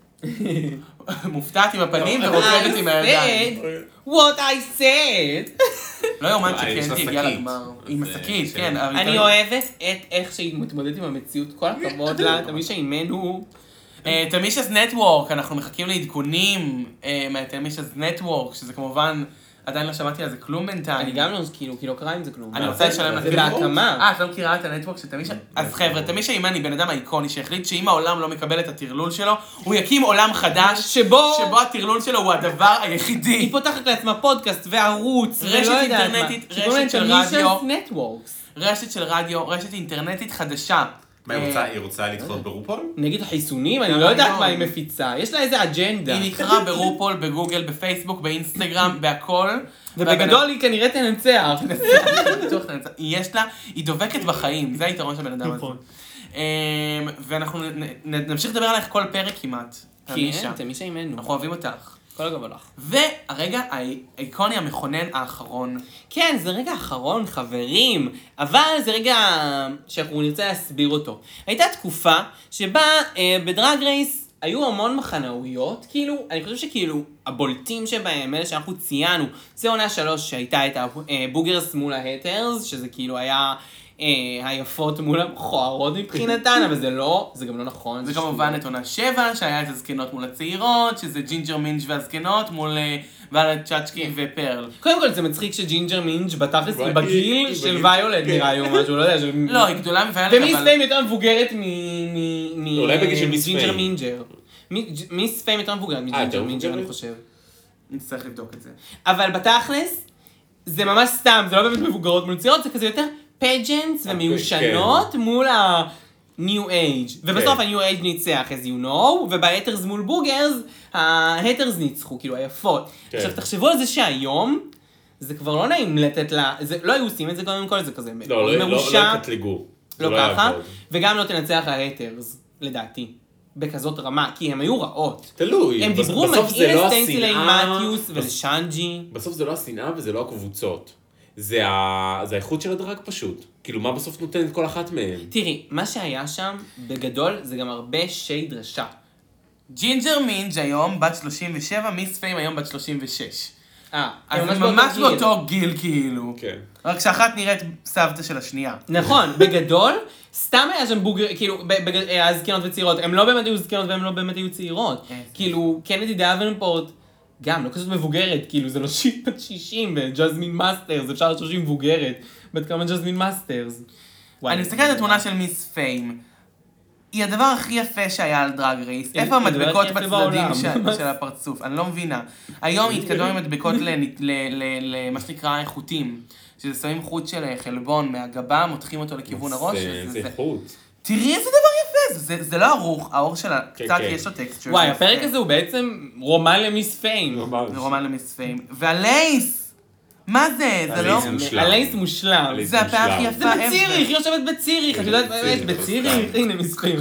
מופתעת עם הפנים ורוקדת עם הידיים.
I said what I said.
לא יאומן
יש לה
שקנדי הגיעה
שקית.
לגמר. עם
אז,
השקית,
כן.
כן. אבל היא
אני
תמיד-
אוהבת את איך שהיא מתמודדת עם המציאות, כל הכבוד לה, תמישה אימנו.
תמישה's נטוורק, אנחנו מחכים לעדכונים מהתמישה's נטוורק, שזה כמובן, עדיין לא שמעתי על זה כלום בינתיים.
אני גם לא, כי לא קרה עם זה כלום.
אני רוצה לשלם
זה
לכם.
בהקמה.
את לא מכירה את הנטוורק של תמישה? אז חבר'ה, תמישה אימן היא בן אדם אייקוני שהחליט שאם העולם לא מקבל את הטרלול שלו, הוא יקים עולם חדש, שבו הטרלול שלו הוא הדבר היחידי.
היא פותחת לעצמה פודקאסט וערוץ,
רשת
ולא יודעת מה.
אינטרנטית,
שקוראים
רשת של
להם
רדיו.
תמישה's Networks.
רשת של רדיו, רשת אינטרנטית חדשה.
מה היא רוצה לדחות ברופול?
נגד החיסונים, אני
גם
לא יודעת
היום.
מה היא מפיצה. יש לה איזה אג'נדה.
היא נקרא ברופול, בגוגל, בפייסבוק, באינסטגרם, בהכל.
ובגדול היא כנראה תנצח.
בטוח תנצח. יש לה, היא דובקת בחיים, זה היתרון של הבן אדם הזה.
נכון.
ואנחנו נמשיך לדבר עלייך כל פרק כמעט. תמישה.
תמישה אימנו.
אנחנו אוהבים אותך.
כל הכבוד לך.
והרגע האיקוני המכונן האחרון.
כן, זה רגע אחרון, חברים, אבל זה רגע שאנחנו נרצה להסביר אותו. הייתה תקופה שבה בדרג רייס היו המון מחנאויות, כאילו, אני חושב שכאילו הבולטים שבהם, אלה שאנחנו ציינו, זה עונה 3 שהייתה את הבוגרס מול ההטרס, שזה כאילו היה היפות מול המכוערות מבחינתן, אבל זה לא, זה גם לא נכון.
זה כמובן את עונה 7, שהיה את הזקנות מול הצעירות, שזה ג'ינג'ר מינג' והזקנות מול ואלה צ'אצ'קי ופרל.
קודם כל זה מצחיק שג'ינג'ר מינג' בתכלס היא
היא
בגיל
בגיל,
של
כן.
ויולט נראה לי או משהו, לא יודע.
לא, היא גדולה מוויילט,
ומיס
אבל...
פיים יותר מבוגרת
אולי בגיל של מיס
ג'ינג'ר
פיים.
מינג'ר. מיס פיים יותר מבוגרת מג'ינג'ר
יותר
מינג'ר, אני
מבוגרת?
חושב.
נצטרך לבדוק את זה.
אבל בתכלס, זה ממש סתם, זה לא באמת מבוגרות מול צעירות, זה כזה יותר פג'נטס ומיושנות מול ה-new age. ובסוף ה-new age ניצח, as you know, ובהטרס מול בוגרס, ההטרס ניצחו, כאילו היפות.
כן.
עכשיו תחשבו על זה שהיום, זה כבר לא נעים לתת לה, לא היו עושים את זה קודם כל, זה כזה
לא
מרושע.
יקטלגו.
לא
זה
ככה,
יעבוד.
וגם לא תנצח ההטרס, לדעתי. בכזאת רמה, כי הם היו רעות.
תלוי.
הם דיברו
בסוף זה
מגעיל
לא
לסטיינסי
השנאה.
למתיוס ולשאנג'י.
בסוף זה לא השנאה וזה לא הקבוצות. זה האיכות של הדרג פשוט. כאילו, מה בסוף נותן את כל אחת מהן?
תראי, מה שהיה שם, בגדול, זה גם הרבה שייד רשע.
ג'ינג'ר מינג' היום בת 37, מיס פיים היום בת 36. אז
הם
הם ממש באותו גיל כאילו.
כן.
רק שאחת נראית סבתא של השנייה.
נכון, בגדול, סתם היה שם בוגר, כאילו, הזקנות וצעירות, הם לא באמת היו זקנות והם לא באמת היו צעירות. כאילו, קנדי דאבנפורט, גם, לא כזאת מבוגרת, כאילו, זה לא בת 60, וג'זמין מאסטרס, אפשר לחשוב שהיא מבוגרת. בת כמה ג'זמין מאסטרס.
אני מסתכלת על התמונה של מיס פיים. היא הדבר הכי יפה שהיה על דרג רייס. איפה
הדבר הכי
המדבקות
יפה
בצדדים
בעולם.
של הפרצוף? אני לא מבינה. היום היא התקדמה עם מדבקות למה שנקרא איכותים. שזה שמים חוט של חלבון מהגבה, מותחים אותו לכיוון הראש.
זה איכות.
תראי איזה דבר יפה, זה לא ערוך, האור שלה קצת
כן.
יש לו טקסטור.
וואי, הפרק הזה הוא בעצם רומן למיס פיים.
זה רומן למיס פיים. והלייס! מה זה? זה לא...
הלייס מושלם.
הלייס מושלם.
זה הפאה הכי
מושלם.
יפה.
זה בציריך, היא יושבת בציריך, את יודעת, באמת, בציריך, הנה מספרים.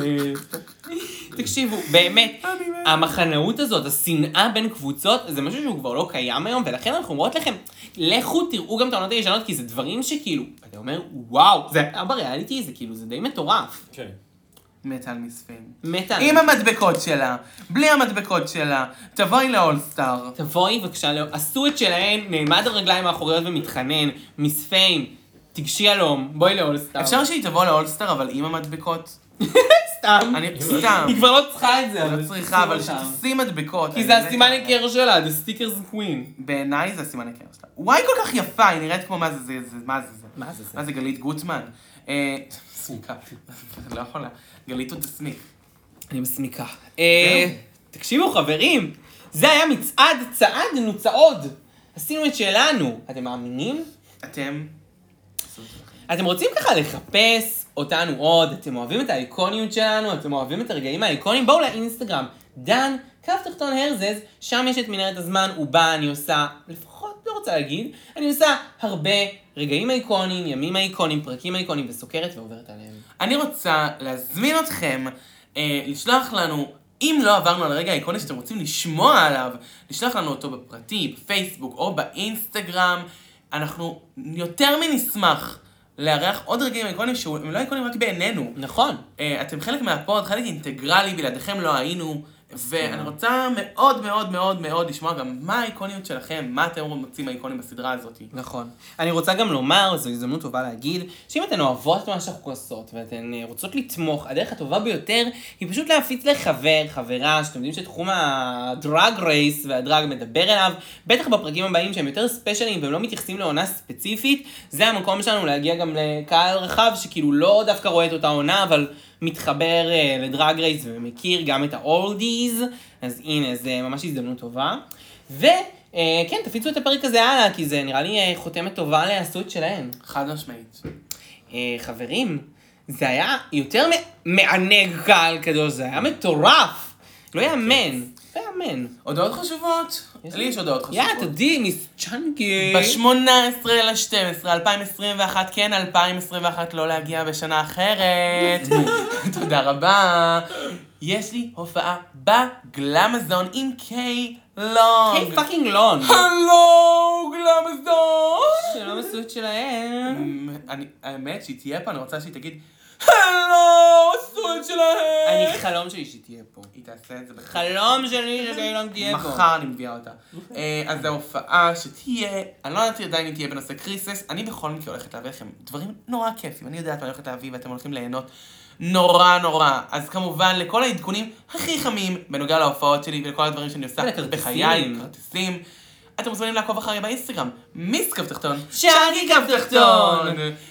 תקשיבו, באמת, המחנאות הזאת, השנאה בין קבוצות, זה משהו שהוא כבר לא קיים היום, ולכן אנחנו אומרות לכם, לכו תראו גם את העונות הישנות, כי זה דברים שכאילו, אתה אומר, וואו, זה היה בריאליטי, זה כאילו, זה די מטורף.
כן.
מתה על מיס פיים.
מתה.
עם המדבקות שלה, בלי המדבקות שלה, תבואי לאולסטאר.
תבואי בבקשה, עשו את שלהן, נעמד הרגליים האחוריות ומתחנן, מיס פיים, תגשי אלום, בואי לאולסטאר.
אפשר שהיא תבוא לאולסטאר, אבל עם המדבקות.
סתם.
סתם.
היא כבר לא צריכה את זה.
לא צריכה, אבל שתשים מדבקות.
כי זה הסימן היכר שלה, the stickers queen.
בעיניי זה הסימן היכר שלה. וואי, כל כך יפה, היא נראית כמו מה זה, מה זה זה?
מה זה זה?
מה זה גלית גוטמן? סמיקה. לא יכולה. גלית עוד תסמיק.
אני מסמיקה. תקשיבו חברים, זה היה מצעד, צעדנו צעוד. עשינו את שלנו. אתם מאמינים? אתם רוצים ככה לחפש אותנו עוד, אתם אוהבים את האיקוניות שלנו, אתם אוהבים את הרגעים האיקוניים, בואו לאינסטגרם, דן, קו תחתון הרזז, שם יש את מנהרת הזמן, ובה אני עושה, לפחות לא רוצה להגיד, אני עושה הרבה רגעים האיקוניים, ימים האיקוניים, פרקים האיקוניים, וסוקרת ועוברת עליהם.
אני רוצה להזמין אתכם, לשלוח לנו, אם לא עברנו על הרגע האיקוני שאתם רוצים לשמוע עליו, לשלוח לנו אותו בפרטי, בפייסבוק או באינסטגרם, אנחנו יותר מנשמח לארח עוד רגעים איקונים שהם לא איקונים רק בעינינו.
נכון.
אתם חלק מהפוד, חלק אינטגרלי, בלעדיכם לא היינו, ואני רוצה מאוד מאוד מאוד מאוד לשמוע גם מה האיקוניות שלכם, מה אתם מוצאים האיקונים בסדרה הזאת.
נכון. אני רוצה גם לומר, זו הזדמנות טובה להגיד, שאם אתן אוהבות את מה שאנחנו עושות, ואתן רוצות לתמוך, הדרך הטובה ביותר היא פשוט להפיץ לחבר, חברה, שאתם יודעים שתחום הדרג רייס והדרג מדבר אליו, בטח בפרקים הבאים שהם יותר ספיישליים והם לא מתייחסים לעונה ספציפית, זה המקום שלנו להגיע גם לקהל רחב שכאילו לא דווקא רואה את אותה עונה, אבל מתחבר לדרג רייס ומכיר גם את האולדיז, אז הנה, זה ממש הזדמנות טובה. וכן, תפיצו את הפרק הזה הלאה, כי זה נראה לי חותמת טובה לעשות שלהם.
חד משמעית.
חברים, זה היה יותר מענג קהל קדוש, זה היה מטורף. לא יאמן, לא יאמן.
הודעות חשובות? לי יש הודעות חשובות.
תודי, מיס צ'אנקי.
ב-18/12/2021, כן, 2021, לא להגיע בשנה אחרת. תודה רבה. יש לי הופעה בגלמזון עם קיי לונג.
קיי פאקינג לונג.
הלו, גלמזון.
שלום הסוד שלהם.
האמת שהיא תהיה פה, אני רוצה שהיא תגיד, הלו, הסוד שלהם.
אני חלום שלי שהיא תהיה פה.
היא תעשה את זה בחלום.
חלום שלי שקיי לונג תהיה פה.
מחר אני מביאה אותה. אז זו הופעה שתהיה, אני לא יודעת עדיין אם תהיה בנושא קריסס, אני בכל מקרה הולכת להביא לכם דברים נורא כיפים, אני יודעת מה אני הולכת להביא ואתם הולכים ליהנות נורא נורא. אז כמובן לכל העדכונים הכי חמים בנוגע להופעות שלי ולכל הדברים שאני עושה בחיי, כרטיסים, אתם מוזמנים לעקוב אחרי באינסטגרם, מיס קו תחתון,
צ'אנקי קו תחתון.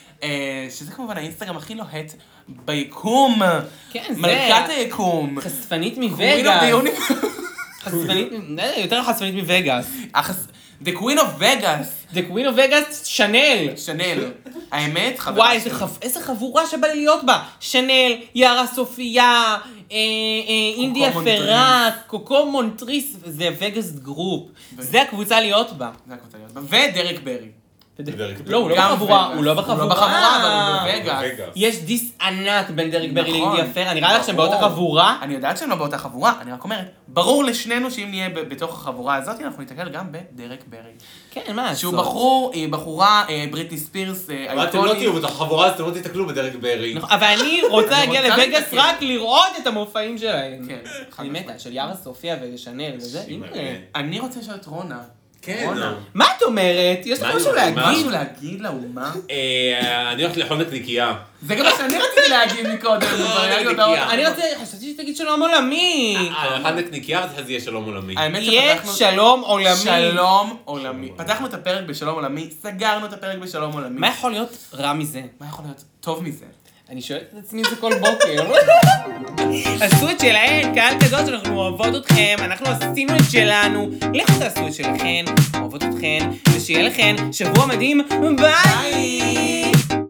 שזה כמובן האינסטגרם הכי לוהט ביקום.
כן, זה
מלכת היקום.
חשפנית מווגאס. חשפנית, יותר חשפנית מווגאס.
The Queen of Vegas.
The Queen of Vegas, שנל.
שנל. האמת, חברה
וואי, איזה חבורה שבא לי להיות בה. שנל, יארה סופיה, אינדיה פרט, קוקו מונטריס, זה וגאס גרופ. זה הקבוצה להיות בה.
ודרק ברי.
לא, הוא לא בחבורה, הוא לא בחבורה.
הוא לא בחבורה, אבל הוא בווגאס.
יש דיס ענק בין דרק ברי לאינדיה פרט. אני נראה לך שהם באותה חבורה?
אני יודעת שהם לא באותה חבורה, אני רק אומרת, ברור לשנינו שאם נהיה בתוך החבורה הזאת, אנחנו נתקל גם בדרק ברי.
כן, מה?
שהוא בחורה, בריטני ספירס,
אבל אתם לא תהיו בתוך החבורה, אז אתם לא תתקלו בדרק ברי.
אבל אני רוצה להגיע לווגאס רק לראות את המופעים שלהם.
כן.
אני מתה, של יארה סופיה ושנל וזה.
אני רוצה לשאול את רונה.
כן.
מה את אומרת? יש לך משהו להגיד?
משהו להגיד לאומה?
אני הולך לאכול נקניקייה.
זה גם מה שאני רציתי להגיד מקודם.
אני חשבתי שתגיד שלום עולמי.
אחד נקניקייה ואחרי זה יהיה שלום עולמי.
יהיה שלום עולמי.
שלום עולמי. פתחנו את הפרק בשלום עולמי, סגרנו את הפרק בשלום עולמי.
מה יכול להיות רע מזה?
מה יכול להיות טוב מזה?
אני שואלת את עצמי את זה כל בוקר. עשו את שלהן, קהל קדוש, אנחנו אוהבות אתכם, אנחנו עשינו את שלנו, לכו תעשו את שלכן, אוהבות אתכן, ושיהיה לכן שבוע מדהים, ביי!